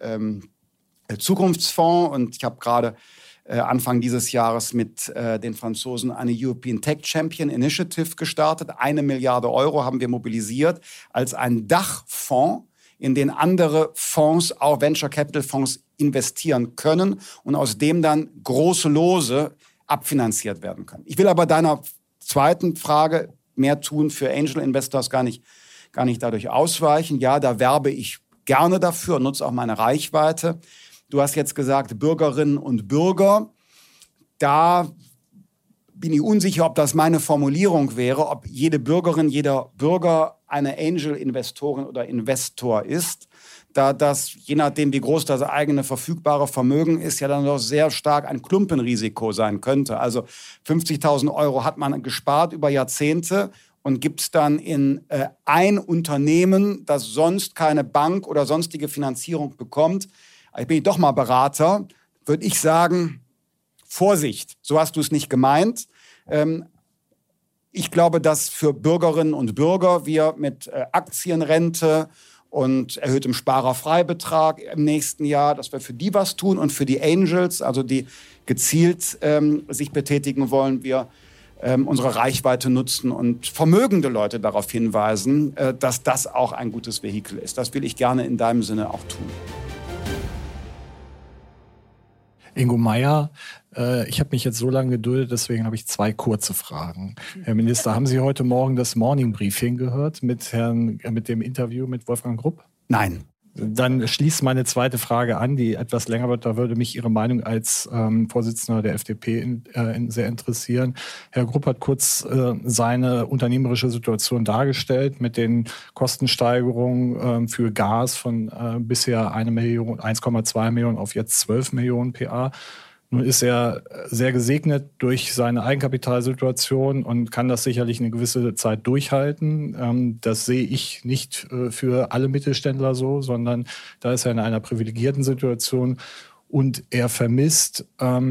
Zukunftsfonds. Und ich habe gerade Anfang dieses Jahres mit den Franzosen eine European Tech Champion Initiative gestartet. 1 Milliarde Euro haben wir mobilisiert als ein Dachfonds, in den andere Fonds, auch Venture Capital Fonds, investieren können und aus dem dann große Lose abfinanziert werden können. Ich will aber deiner zweiten Frage, mehr tun für Angel Investors, gar nicht dadurch ausweichen. Ja, da werbe ich gerne dafür und nutze auch meine Reichweite. Du hast jetzt gesagt, Bürgerinnen und Bürger. Da bin ich unsicher, ob das meine Formulierung wäre, ob jede Bürgerin, jeder Bürger eine Angel-Investorin oder Investor ist. Da das, je nachdem, wie groß das eigene verfügbare Vermögen ist, ja dann doch sehr stark ein Klumpenrisiko sein könnte. Also 50.000 Euro hat man gespart über Jahrzehnte und gibt es dann in ein Unternehmen, das sonst keine Bank oder sonstige Finanzierung bekommt. Ich bin doch mal Berater, würde ich sagen, Vorsicht, so hast du es nicht gemeint. Ich glaube, dass für Bürgerinnen und Bürger wir mit Aktienrente und erhöhtem Sparerfreibetrag im nächsten Jahr, dass wir für die was tun und für die Angels, also die gezielt sich betätigen wollen, wir unsere Reichweite nutzen und vermögende Leute darauf hinweisen, dass das auch ein gutes Vehikel ist. Das will ich gerne in deinem Sinne auch tun. Ingo Meier, ich habe mich jetzt so lange geduldet, deswegen habe ich 2 kurze Fragen. Herr Minister, haben Sie heute Morgen das Morning Briefing gehört mit dem Interview mit Wolfgang Grupp? Nein. Dann schließt meine zweite Frage an, die etwas länger wird. Da würde mich Ihre Meinung als Vorsitzender der FDP sehr interessieren. Herr Grupp hat kurz seine unternehmerische Situation dargestellt mit den Kostensteigerungen für Gas von bisher 1,2 Millionen auf jetzt 12 Millionen PA. Nun ist er sehr gesegnet durch seine Eigenkapitalsituation und kann das sicherlich eine gewisse Zeit durchhalten. Das sehe ich nicht für alle Mittelständler so, sondern da ist er in einer privilegierten Situation. Und er vermisst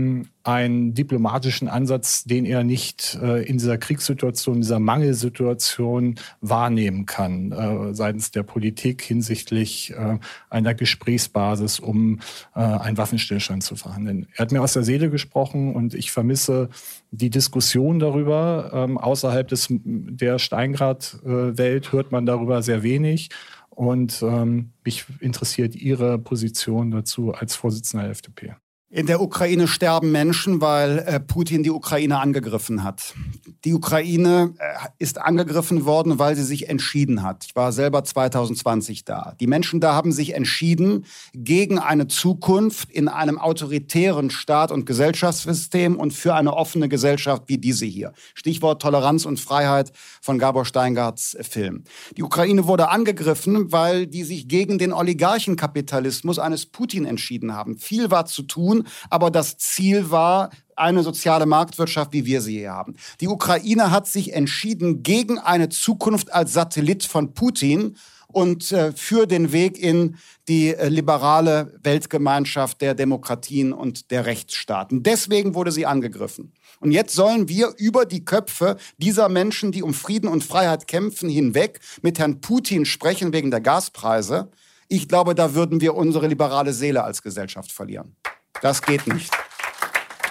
einen diplomatischen Ansatz, den er nicht in dieser Kriegssituation, dieser Mangelsituation wahrnehmen kann, seitens der Politik hinsichtlich einer Gesprächsbasis, um einen Waffenstillstand zu verhandeln. Er hat mir aus der Seele gesprochen und ich vermisse die Diskussion darüber. Außerhalb der Steingrad-Welt hört man darüber sehr wenig. Und mich interessiert Ihre Position dazu als Vorsitzender der FDP. In der Ukraine sterben Menschen, weil Putin die Ukraine angegriffen hat. Die Ukraine ist angegriffen worden, weil sie sich entschieden hat. Ich war selber 2020 da. Die Menschen da haben sich entschieden gegen eine Zukunft in einem autoritären Staat- und Gesellschaftssystem und für eine offene Gesellschaft wie diese hier. Stichwort Toleranz und Freiheit von Gabor Steingarts Film. Die Ukraine wurde angegriffen, weil die sich gegen den Oligarchenkapitalismus eines Putin entschieden haben. Viel war zu tun, aber das Ziel war eine soziale Marktwirtschaft, wie wir sie hier haben. Die Ukraine hat sich entschieden gegen eine Zukunft als Satellit von Putin und für den Weg in die liberale Weltgemeinschaft der Demokratien und der Rechtsstaaten. Deswegen wurde sie angegriffen. Und jetzt sollen wir über die Köpfe dieser Menschen, die um Frieden und Freiheit kämpfen, hinweg mit Herrn Putin sprechen wegen der Gaspreise. Ich glaube, da würden wir unsere liberale Seele als Gesellschaft verlieren. Das geht nicht.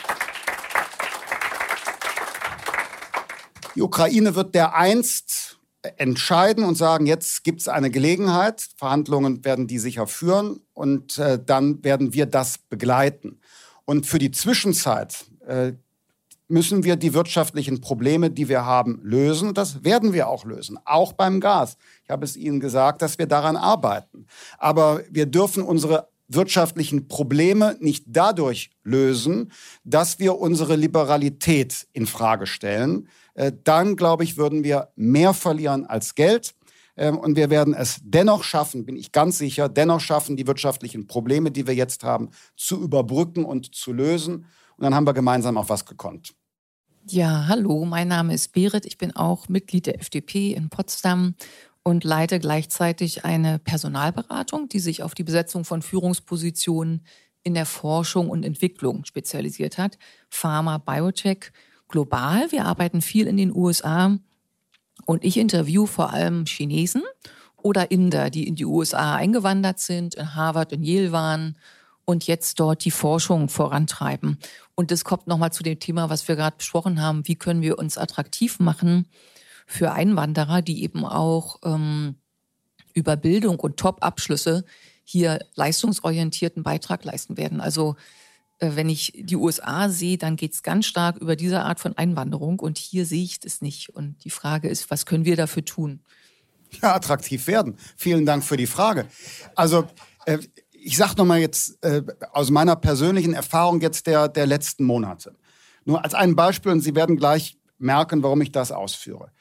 Die Ukraine wird dereinst entscheiden und sagen, jetzt gibt es eine Gelegenheit, Verhandlungen werden die sicher führen und dann werden wir das begleiten. Und für die Zwischenzeit müssen wir die wirtschaftlichen Probleme, die wir haben, lösen. Und das werden wir auch lösen, auch beim Gas. Ich habe es Ihnen gesagt, dass wir daran arbeiten. Aber wir dürfen unsere wirtschaftlichen Probleme nicht dadurch lösen, dass wir unsere Liberalität in Frage stellen. Dann, glaube ich, würden wir mehr verlieren als Geld. Und wir werden es dennoch schaffen, bin ich ganz sicher, dennoch schaffen, die wirtschaftlichen Probleme, die wir jetzt haben, zu überbrücken und zu lösen. Und dann haben wir gemeinsam auch was gekonnt. Ja, hallo, mein Name ist Berit. Ich bin auch Mitglied der FDP in Potsdam und leite gleichzeitig eine Personalberatung, die sich auf die Besetzung von Führungspositionen in der Forschung und Entwicklung spezialisiert hat. Pharma, Biotech, global. Wir arbeiten viel in den USA und ich interviewe vor allem Chinesen oder Inder, die in die USA eingewandert sind, in Harvard und Yale waren und jetzt dort die Forschung vorantreiben. Und das kommt nochmal zu dem Thema, was wir gerade besprochen haben. Wie können wir uns attraktiv machen für Einwanderer, die eben auch über Bildung und Top-Abschlüsse hier leistungsorientierten Beitrag leisten werden. Also wenn ich die USA sehe, dann geht es ganz stark über diese Art von Einwanderung und hier sehe ich das nicht. Und die Frage ist, was können wir dafür tun? Ja, attraktiv werden. Vielen Dank für die Frage. Also ich sage nochmal jetzt aus meiner persönlichen Erfahrung jetzt der letzten Monate. Nur als ein Beispiel, und Sie werden gleich merken, warum ich das ausführe.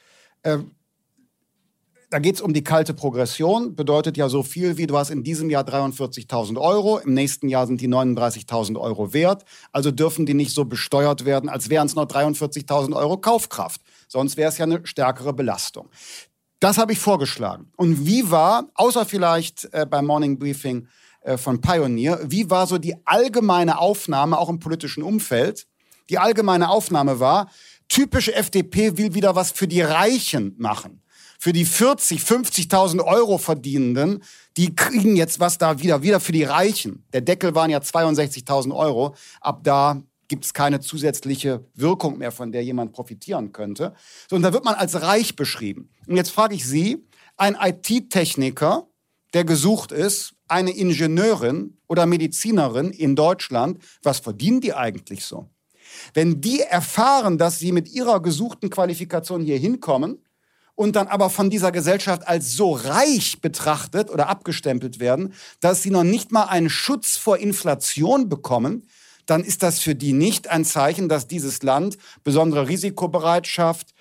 Da geht es um die kalte Progression, bedeutet ja so viel wie, du hast in diesem Jahr 43.000 €, im nächsten Jahr sind die 39.000 € wert, also dürfen die nicht so besteuert werden, als wären es noch 43.000 € Kaufkraft. Sonst wäre es ja eine stärkere Belastung. Das habe ich vorgeschlagen. Und wie war, außer vielleicht beim Morning Briefing von Pioneer, wie war so die allgemeine Aufnahme, auch im politischen Umfeld? Die allgemeine Aufnahme war, typische FDP will wieder was für die Reichen machen. Für die 40.000, 50.000 € Verdienenden, die kriegen jetzt was da wieder für die Reichen. Der Deckel waren ja 62.000 €. Ab da gibt es keine zusätzliche Wirkung mehr, von der jemand profitieren könnte. So, und da wird man als reich beschrieben. Und jetzt frage ich Sie, ein IT-Techniker, der gesucht ist, eine Ingenieurin oder Medizinerin in Deutschland, was verdienen die eigentlich so? Wenn die erfahren, dass sie mit ihrer gesuchten Qualifikation hier hinkommen und dann aber von dieser Gesellschaft als so reich betrachtet oder abgestempelt werden, dass sie noch nicht mal einen Schutz vor Inflation bekommen, dann ist das für die nicht ein Zeichen, dass dieses Land besondere Risikobereitschaft,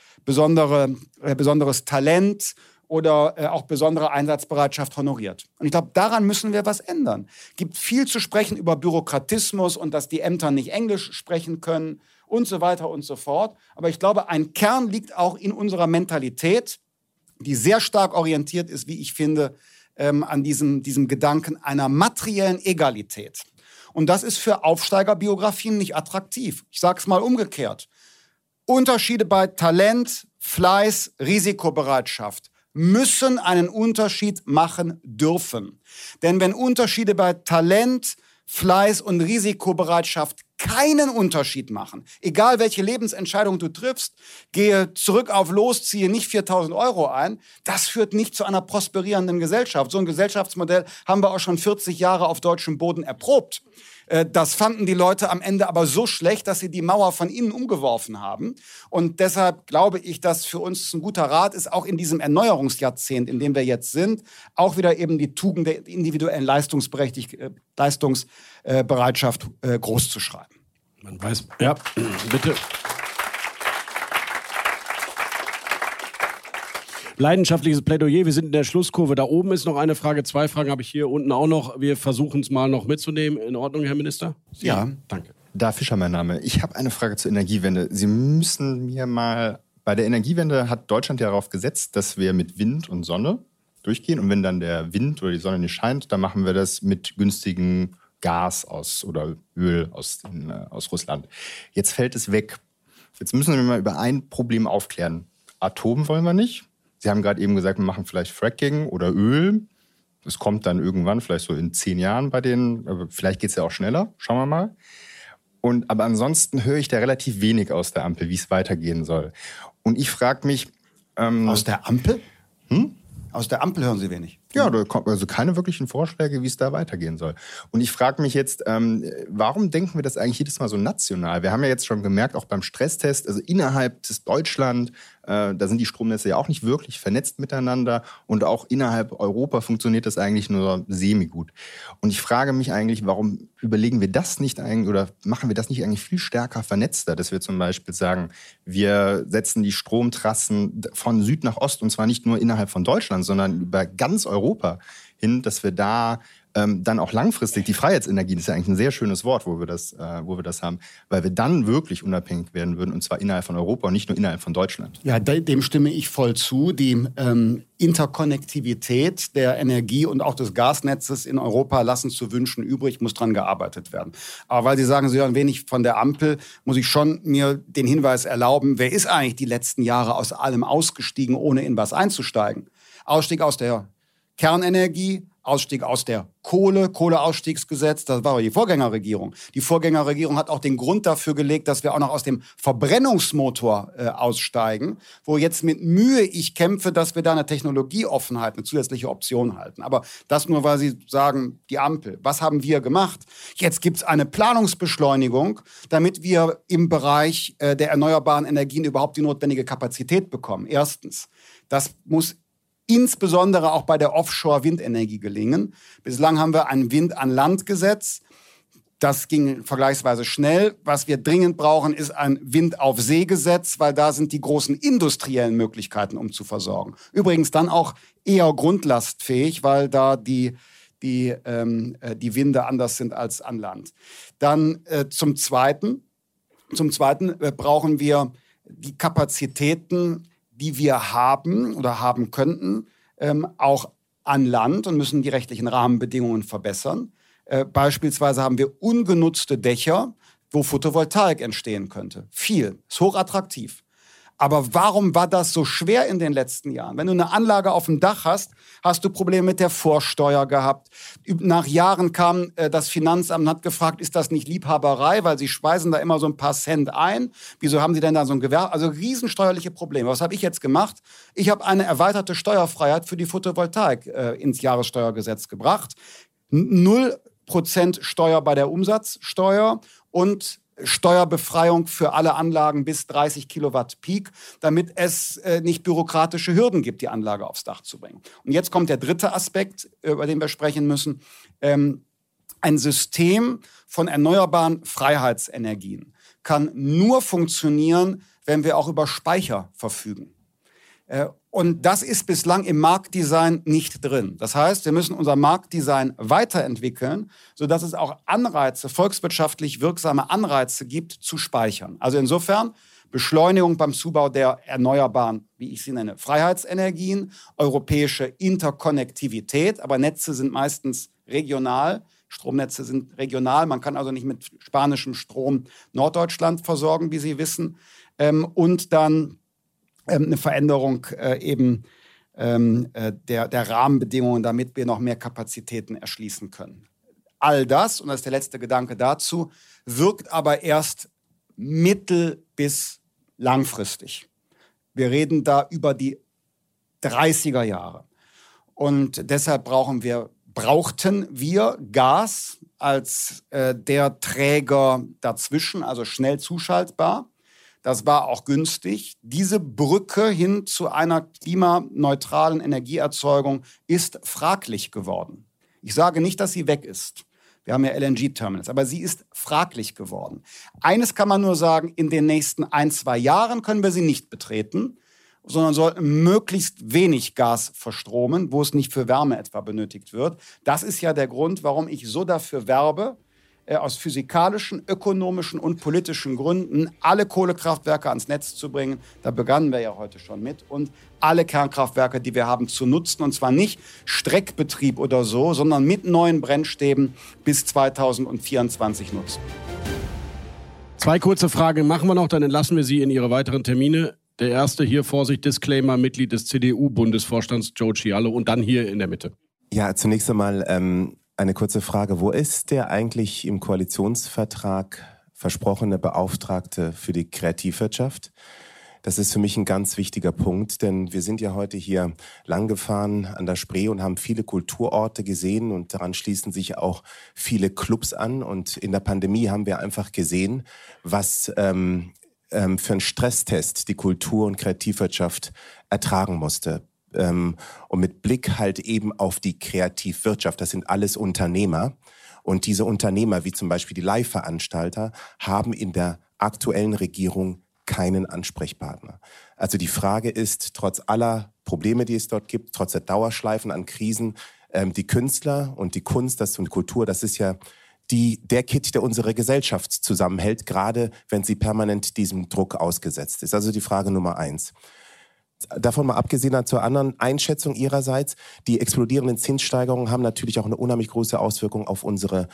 besonderes Talent oder auch besondere Einsatzbereitschaft honoriert. Und ich glaube, daran müssen wir was ändern. Es gibt viel zu sprechen über Bürokratismus und dass die Ämter nicht Englisch sprechen können und so weiter und so fort. Aber ich glaube, ein Kern liegt auch in unserer Mentalität, die sehr stark orientiert ist, wie ich finde, an diesem Gedanken einer materiellen Egalität. Und das ist für Aufsteigerbiografien nicht attraktiv. Ich sage es mal umgekehrt. Unterschiede bei Talent, Fleiß, Risikobereitschaft müssen einen Unterschied machen dürfen. Denn wenn Unterschiede bei Talent, Fleiß und Risikobereitschaft keinen Unterschied machen, egal welche Lebensentscheidung du triffst, gehe zurück auf los, ziehe nicht 4.000 € ein, das führt nicht zu einer prosperierenden Gesellschaft. So ein Gesellschaftsmodell haben wir auch schon 40 Jahre auf deutschem Boden erprobt. Das fanden die Leute am Ende aber so schlecht, dass sie die Mauer von innen umgeworfen haben. Und deshalb glaube ich, dass für uns ein guter Rat ist, auch in diesem Erneuerungsjahrzehnt, in dem wir jetzt sind, auch wieder eben die Tugend der individuellen Leistungsbereitschaft groß zu schreiben. Man weiß, ja, bitte. Leidenschaftliches Plädoyer. Wir sind in der Schlusskurve. Da oben ist noch eine Frage. 2 Fragen habe ich hier unten auch noch. Wir versuchen es mal noch mitzunehmen. In Ordnung, Herr Minister? Ja, danke. Da Fischer mein Name. Ich habe eine Frage zur Energiewende. Sie müssen mir mal, bei der Energiewende hat Deutschland ja darauf gesetzt, dass wir mit Wind und Sonne durchgehen. Und wenn dann der Wind oder die Sonne nicht scheint, dann machen wir das mit günstigem Gas oder Öl aus Russland. Jetzt fällt es weg. Jetzt müssen wir mal über ein Problem aufklären. Atom wollen wir nicht. Sie haben gerade eben gesagt, wir machen vielleicht Fracking oder Öl. Das kommt dann irgendwann, vielleicht so in 10 Jahren bei denen. Aber vielleicht geht es ja auch schneller. Schauen wir mal. Aber ansonsten höre ich da relativ wenig aus der Ampel, wie es weitergehen soll. Und ich frage mich, Aus der Ampel? Aus der Ampel hören Sie wenig. Ja, da kommt also keine wirklichen Vorschläge, wie es da weitergehen soll. Und ich frage mich jetzt, warum denken wir das eigentlich jedes Mal so national? Wir haben ja jetzt schon gemerkt, auch beim Stresstest, also innerhalb des Deutschland, da sind die Stromnetze ja auch nicht wirklich vernetzt miteinander und auch innerhalb Europa funktioniert das eigentlich nur semi-gut. Und ich frage mich eigentlich, warum überlegen wir das nicht eigentlich oder machen wir das nicht eigentlich viel stärker vernetzter, dass wir zum Beispiel sagen, wir setzen die Stromtrassen von Süd nach Ost und zwar nicht nur innerhalb von Deutschland, sondern über ganz Europa hin, dass wir da dann auch langfristig, die Freiheitsenergie, das ist ja eigentlich ein sehr schönes Wort, wo wir das haben, weil wir dann wirklich unabhängig werden würden und zwar innerhalb von Europa und nicht nur innerhalb von Deutschland. Ja, dem stimme ich voll zu. Die Interkonnektivität der Energie- und auch des Gasnetzes in Europa lassen zu wünschen übrig, muss dran gearbeitet werden. Aber weil Sie sagen, Sie hören wenig von der Ampel, muss ich schon mir den Hinweis erlauben, wer ist eigentlich die letzten Jahre aus allem ausgestiegen, ohne in was einzusteigen? Ausstieg aus der Kernenergie, Ausstieg aus der Kohleausstiegsgesetz, das war die Vorgängerregierung. Die Vorgängerregierung hat auch den Grund dafür gelegt, dass wir auch noch aus dem Verbrennungsmotor aussteigen, wo jetzt mit Mühe ich kämpfe, dass wir da eine Technologieoffenheit, eine zusätzliche Option halten. Aber das nur, weil Sie sagen, die Ampel. Was haben wir gemacht? Jetzt gibt es eine Planungsbeschleunigung, damit wir im Bereich der erneuerbaren Energien überhaupt die notwendige Kapazität bekommen. Erstens, das muss insbesondere auch bei der Offshore-Windenergie gelingen. Bislang haben wir ein Wind-an-Land-Gesetz. Das ging vergleichsweise schnell. Was wir dringend brauchen, ist ein Wind-auf-See-Gesetz, weil da sind die großen industriellen Möglichkeiten, um zu versorgen. Übrigens dann auch eher grundlastfähig, weil da die Winde anders sind als an Land. Dann zum Zweiten brauchen wir die Kapazitäten, die wir haben oder haben könnten, auch an Land und müssen die rechtlichen Rahmenbedingungen verbessern. Beispielsweise haben wir ungenutzte Dächer, wo Photovoltaik entstehen könnte. Viel, ist hochattraktiv. Aber warum war das so schwer in den letzten Jahren? Wenn du eine Anlage auf dem Dach hast, hast du Probleme mit der Vorsteuer gehabt. Nach Jahren kam das Finanzamt und hat gefragt, ist das nicht Liebhaberei? Weil sie speisen da immer so ein paar Cent ein. Wieso haben sie denn da so ein Gewerbe? Also riesensteuerliche Probleme. Was habe ich jetzt gemacht? Ich habe eine erweiterte Steuerfreiheit für die Photovoltaik ins Jahressteuergesetz gebracht. 0% Steuer bei der Umsatzsteuer und Steuerbefreiung für alle Anlagen bis 30 Kilowatt Peak, damit es nicht bürokratische Hürden gibt, die Anlage aufs Dach zu bringen. Und jetzt kommt der dritte Aspekt, über den wir sprechen müssen. Ein System von erneuerbaren Freiheitsenergien kann nur funktionieren, wenn wir auch über Speicher verfügen. Und das ist bislang im Marktdesign nicht drin. Das heißt, wir müssen unser Marktdesign weiterentwickeln, sodass es auch Anreize, volkswirtschaftlich wirksame Anreize gibt, zu speichern. Also insofern Beschleunigung beim Zubau der erneuerbaren, wie ich sie nenne, Freiheitsenergien, europäische Interkonnektivität, aber Netze sind meistens regional. Stromnetze sind regional. Man kann also nicht mit spanischem Strom Norddeutschland versorgen, wie Sie wissen. Und dann eine Veränderung der Rahmenbedingungen, damit wir noch mehr Kapazitäten erschließen können. All das, und das ist der letzte Gedanke dazu, wirkt aber erst mittel- bis langfristig. Wir reden da über die 30er Jahre. Und deshalb brauchten wir Gas als der Träger dazwischen, also schnell zuschaltbar. Das war auch günstig. Diese Brücke hin zu einer klimaneutralen Energieerzeugung ist fraglich geworden. Ich sage nicht, dass sie weg ist. Wir haben ja LNG-Terminals, aber sie ist fraglich geworden. Eines kann man nur sagen, in den nächsten 1-2 Jahren können wir sie nicht betreten, sondern sollten möglichst wenig Gas verstromen, wo es nicht für Wärme etwa benötigt wird. Das ist ja der Grund, warum ich so dafür werbe, aus physikalischen, ökonomischen und politischen Gründen alle Kohlekraftwerke ans Netz zu bringen. Da begannen wir ja heute schon mit. Und alle Kernkraftwerke, die wir haben, zu nutzen. Und zwar nicht Streckbetrieb oder so, sondern mit neuen Brennstäben bis 2024 nutzen. 2 kurze Fragen machen wir noch, dann entlassen wir Sie in Ihre weiteren Termine. Der erste hier, Vorsicht, Disclaimer, Mitglied des CDU-Bundesvorstands Joe Cialo und dann hier in der Mitte. Ja, zunächst einmal eine kurze Frage. Wo ist der eigentlich im Koalitionsvertrag versprochene Beauftragte für die Kreativwirtschaft? Das ist für mich ein ganz wichtiger Punkt, denn wir sind ja heute hier lang gefahren an der Spree und haben viele Kulturorte gesehen und daran schließen sich auch viele Clubs an. Und in der Pandemie haben wir einfach gesehen, was für einen Stresstest die Kultur- und Kreativwirtschaft ertragen musste. Und mit Blick halt eben auf die Kreativwirtschaft, das sind alles Unternehmer. Und diese Unternehmer, wie zum Beispiel die Live-Veranstalter, haben in der aktuellen Regierung keinen Ansprechpartner. Also die Frage ist, trotz aller Probleme, die es dort gibt, trotz der Dauerschleifen an Krisen, die Künstler und die Kunst und Kultur, das ist ja der Kitt, der unsere Gesellschaft zusammenhält, gerade wenn sie permanent diesem Druck ausgesetzt ist. Also die Frage Nummer 1. Davon mal abgesehen zur anderen Einschätzung Ihrerseits, die explodierenden Zinssteigerungen haben natürlich auch eine unheimlich große Auswirkung auf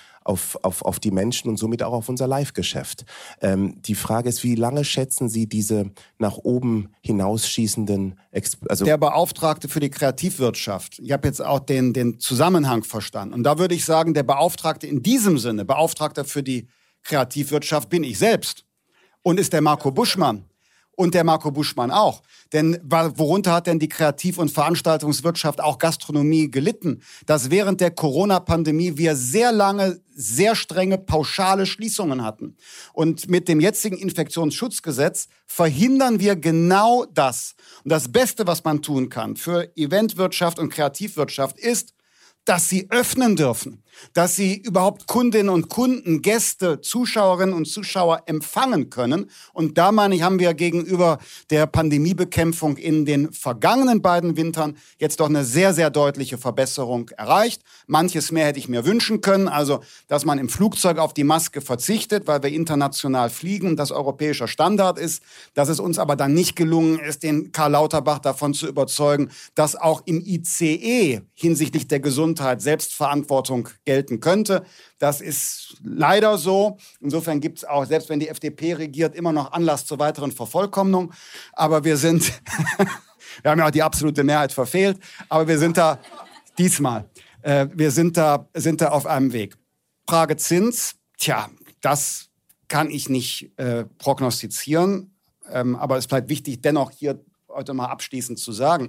auf die Menschen und somit auch auf unser Live-Geschäft. Die Frage ist, wie lange schätzen Sie diese nach oben hinausschießenden... Der Beauftragte für die Kreativwirtschaft, ich habe jetzt auch den Zusammenhang verstanden. Und da würde ich sagen, der Beauftragte in diesem Sinne, Beauftragter für die Kreativwirtschaft bin ich selbst und ist der Marco Buschmann. Und der Marco Buschmann auch. Denn worunter hat denn die Kreativ- und Veranstaltungswirtschaft, auch Gastronomie, gelitten? Dass während der Corona-Pandemie wir sehr lange, sehr strenge pauschale Schließungen hatten. Und mit dem jetzigen Infektionsschutzgesetz verhindern wir genau das. Und das Beste, was man tun kann für Eventwirtschaft und Kreativwirtschaft ist, dass sie öffnen dürfen, dass sie überhaupt Kundinnen und Kunden, Gäste, Zuschauerinnen und Zuschauer empfangen können. Und da, meine ich, haben wir gegenüber der Pandemiebekämpfung in den vergangenen beiden Wintern jetzt doch eine sehr, sehr deutliche Verbesserung erreicht. Manches mehr hätte ich mir wünschen können, also dass man im Flugzeug auf die Maske verzichtet, weil wir international fliegen und das europäischer Standard ist, dass es uns aber dann nicht gelungen ist, den Karl Lauterbach davon zu überzeugen, dass auch im ICE hinsichtlich der Gesundheit Selbstverantwortung gelten könnte. Das ist leider so. Insofern gibt es auch, selbst wenn die FDP regiert, immer noch Anlass zur weiteren Vervollkommnung. Aber wir haben ja auch die absolute Mehrheit verfehlt, aber wir sind da diesmal. Wir sind da auf einem Weg. Frage Zins, das kann ich nicht prognostizieren. Aber es bleibt wichtig, dennoch hier heute mal abschließend zu sagen,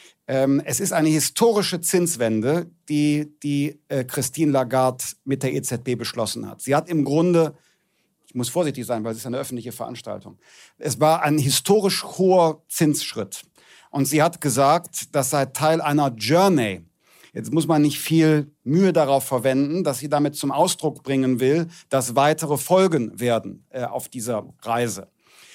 es ist eine historische Zinswende, die Christine Lagarde mit der EZB beschlossen hat. Sie hat im Grunde, ich muss vorsichtig sein, weil es ist eine öffentliche Veranstaltung, es war ein historisch hoher Zinsschritt. Und sie hat gesagt, das sei Teil einer Journey. Jetzt muss man nicht viel Mühe darauf verwenden, dass sie damit zum Ausdruck bringen will, dass weitere Folgen werden auf dieser Reise.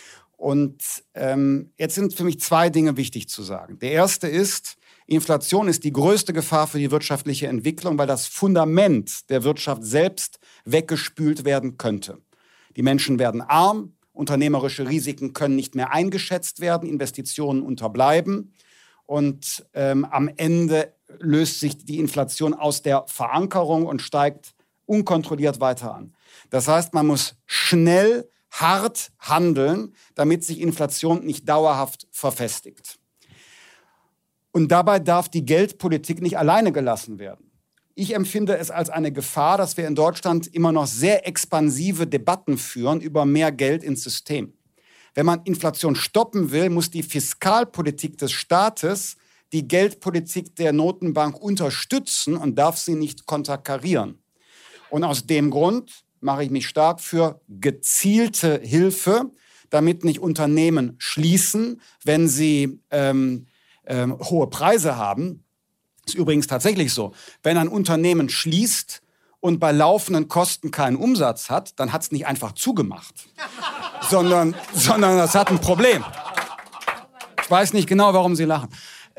Und jetzt sind für mich zwei Dinge wichtig zu sagen. Der erste ist, Inflation ist die größte Gefahr für die wirtschaftliche Entwicklung, weil das Fundament der Wirtschaft selbst weggespült werden könnte. Die Menschen werden arm, unternehmerische Risiken können nicht mehr eingeschätzt werden, Investitionen unterbleiben und am Ende löst sich die Inflation aus der Verankerung und steigt unkontrolliert weiter an. Das heißt, man muss schnell hart handeln, damit sich Inflation nicht dauerhaft verfestigt. Und dabei darf die Geldpolitik nicht alleine gelassen werden. Ich empfinde es als eine Gefahr, dass wir in Deutschland immer noch sehr expansive Debatten führen über mehr Geld ins System. Wenn man Inflation stoppen will, muss die Fiskalpolitik des Staates die Geldpolitik der Notenbank unterstützen und darf sie nicht konterkarieren. Und aus dem Grund mache ich mich stark für gezielte Hilfe, damit nicht Unternehmen schließen, wenn sie hohe Preise haben. Ist übrigens tatsächlich so. Wenn ein Unternehmen schließt und bei laufenden Kosten keinen Umsatz hat, dann hat es nicht einfach zugemacht, sondern das hat ein Problem. Ich weiß nicht genau, warum Sie lachen.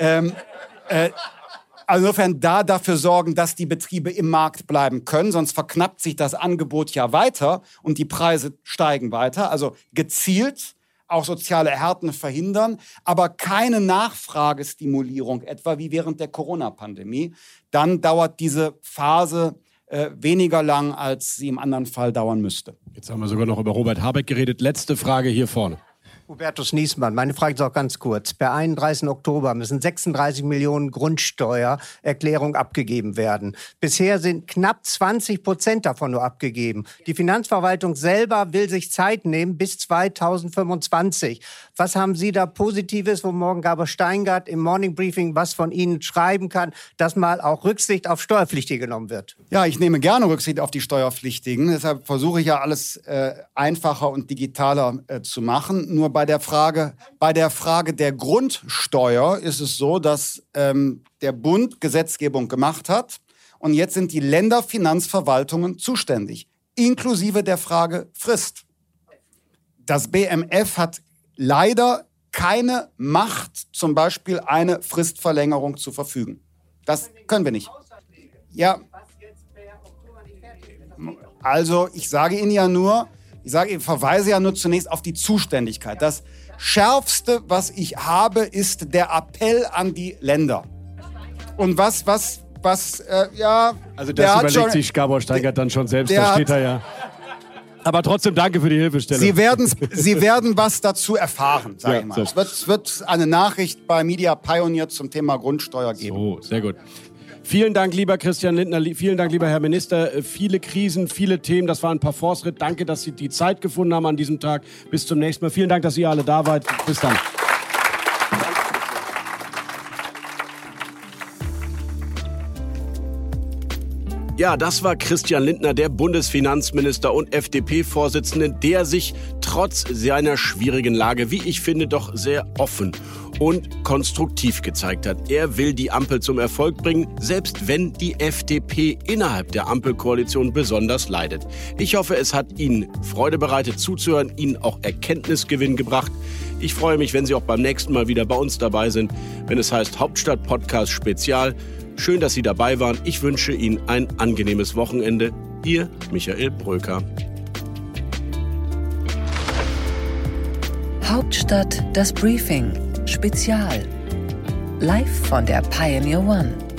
Also insofern dafür sorgen, dass die Betriebe im Markt bleiben können, sonst verknappt sich das Angebot ja weiter und die Preise steigen weiter. Also gezielt auch soziale Härten verhindern, aber keine Nachfragestimulierung, etwa wie während der Corona-Pandemie. Dann dauert diese Phase weniger lang, als sie im anderen Fall dauern müsste. Jetzt haben wir sogar noch über Robert Habeck geredet. Letzte Frage hier vorne. Hubertus Niesmann, meine Frage ist auch ganz kurz. Per 31. Oktober müssen 36 Millionen Grundsteuererklärungen abgegeben werden. Bisher sind knapp 20% davon nur abgegeben. Die Finanzverwaltung selber will sich Zeit nehmen bis 2025. Was haben Sie da Positives, wo morgen Gabor Steingart im Morning Briefing was von Ihnen schreiben kann, dass mal auch Rücksicht auf Steuerpflichtige genommen wird? Ja, ich nehme gerne Rücksicht auf die Steuerpflichtigen. Deshalb versuche ich ja alles einfacher und digitaler zu machen. Nur bei der Frage der Grundsteuer ist es so, dass der Bund Gesetzgebung gemacht hat und jetzt sind die Länderfinanzverwaltungen zuständig, inklusive der Frage Frist. Das BMF hat leider keine Macht, zum Beispiel eine Fristverlängerung zu verfügen. Das können wir nicht. Ja, also ich verweise ja nur zunächst auf die Zuständigkeit. Das Schärfste, was ich habe, ist der Appell an die Länder. Und was, ja... Also das überlegt sich Gabor Steingart dann schon selbst, da steht er ja. Aber trotzdem danke für die Hilfestellung. Sie werden was dazu erfahren, sage ich mal. So. Es wird eine Nachricht bei Media Pioneer zum Thema Grundsteuer geben. So, sehr gut. Vielen Dank, lieber Christian Lindner. Vielen Dank, lieber Herr Minister. Viele Krisen, viele Themen. Das war ein Parforce-Ritt. Danke, dass Sie die Zeit gefunden haben an diesem Tag. Bis zum nächsten Mal. Vielen Dank, dass ihr alle da wart. Bis dann. Ja, das war Christian Lindner, der Bundesfinanzminister und FDP-Vorsitzende, der sich trotz seiner schwierigen Lage, wie ich finde, doch sehr offen und konstruktiv gezeigt hat. Er will die Ampel zum Erfolg bringen, selbst wenn die FDP innerhalb der Ampelkoalition besonders leidet. Ich hoffe, es hat Ihnen Freude bereitet zuzuhören, Ihnen auch Erkenntnisgewinn gebracht. Ich freue mich, wenn Sie auch beim nächsten Mal wieder bei uns dabei sind, wenn es heißt Hauptstadt Podcast Spezial. Schön, dass Sie dabei waren. Ich wünsche Ihnen ein angenehmes Wochenende. Ihr Michael Bröker. Hauptstadt das Briefing Spezial. Live von der Pioneer One.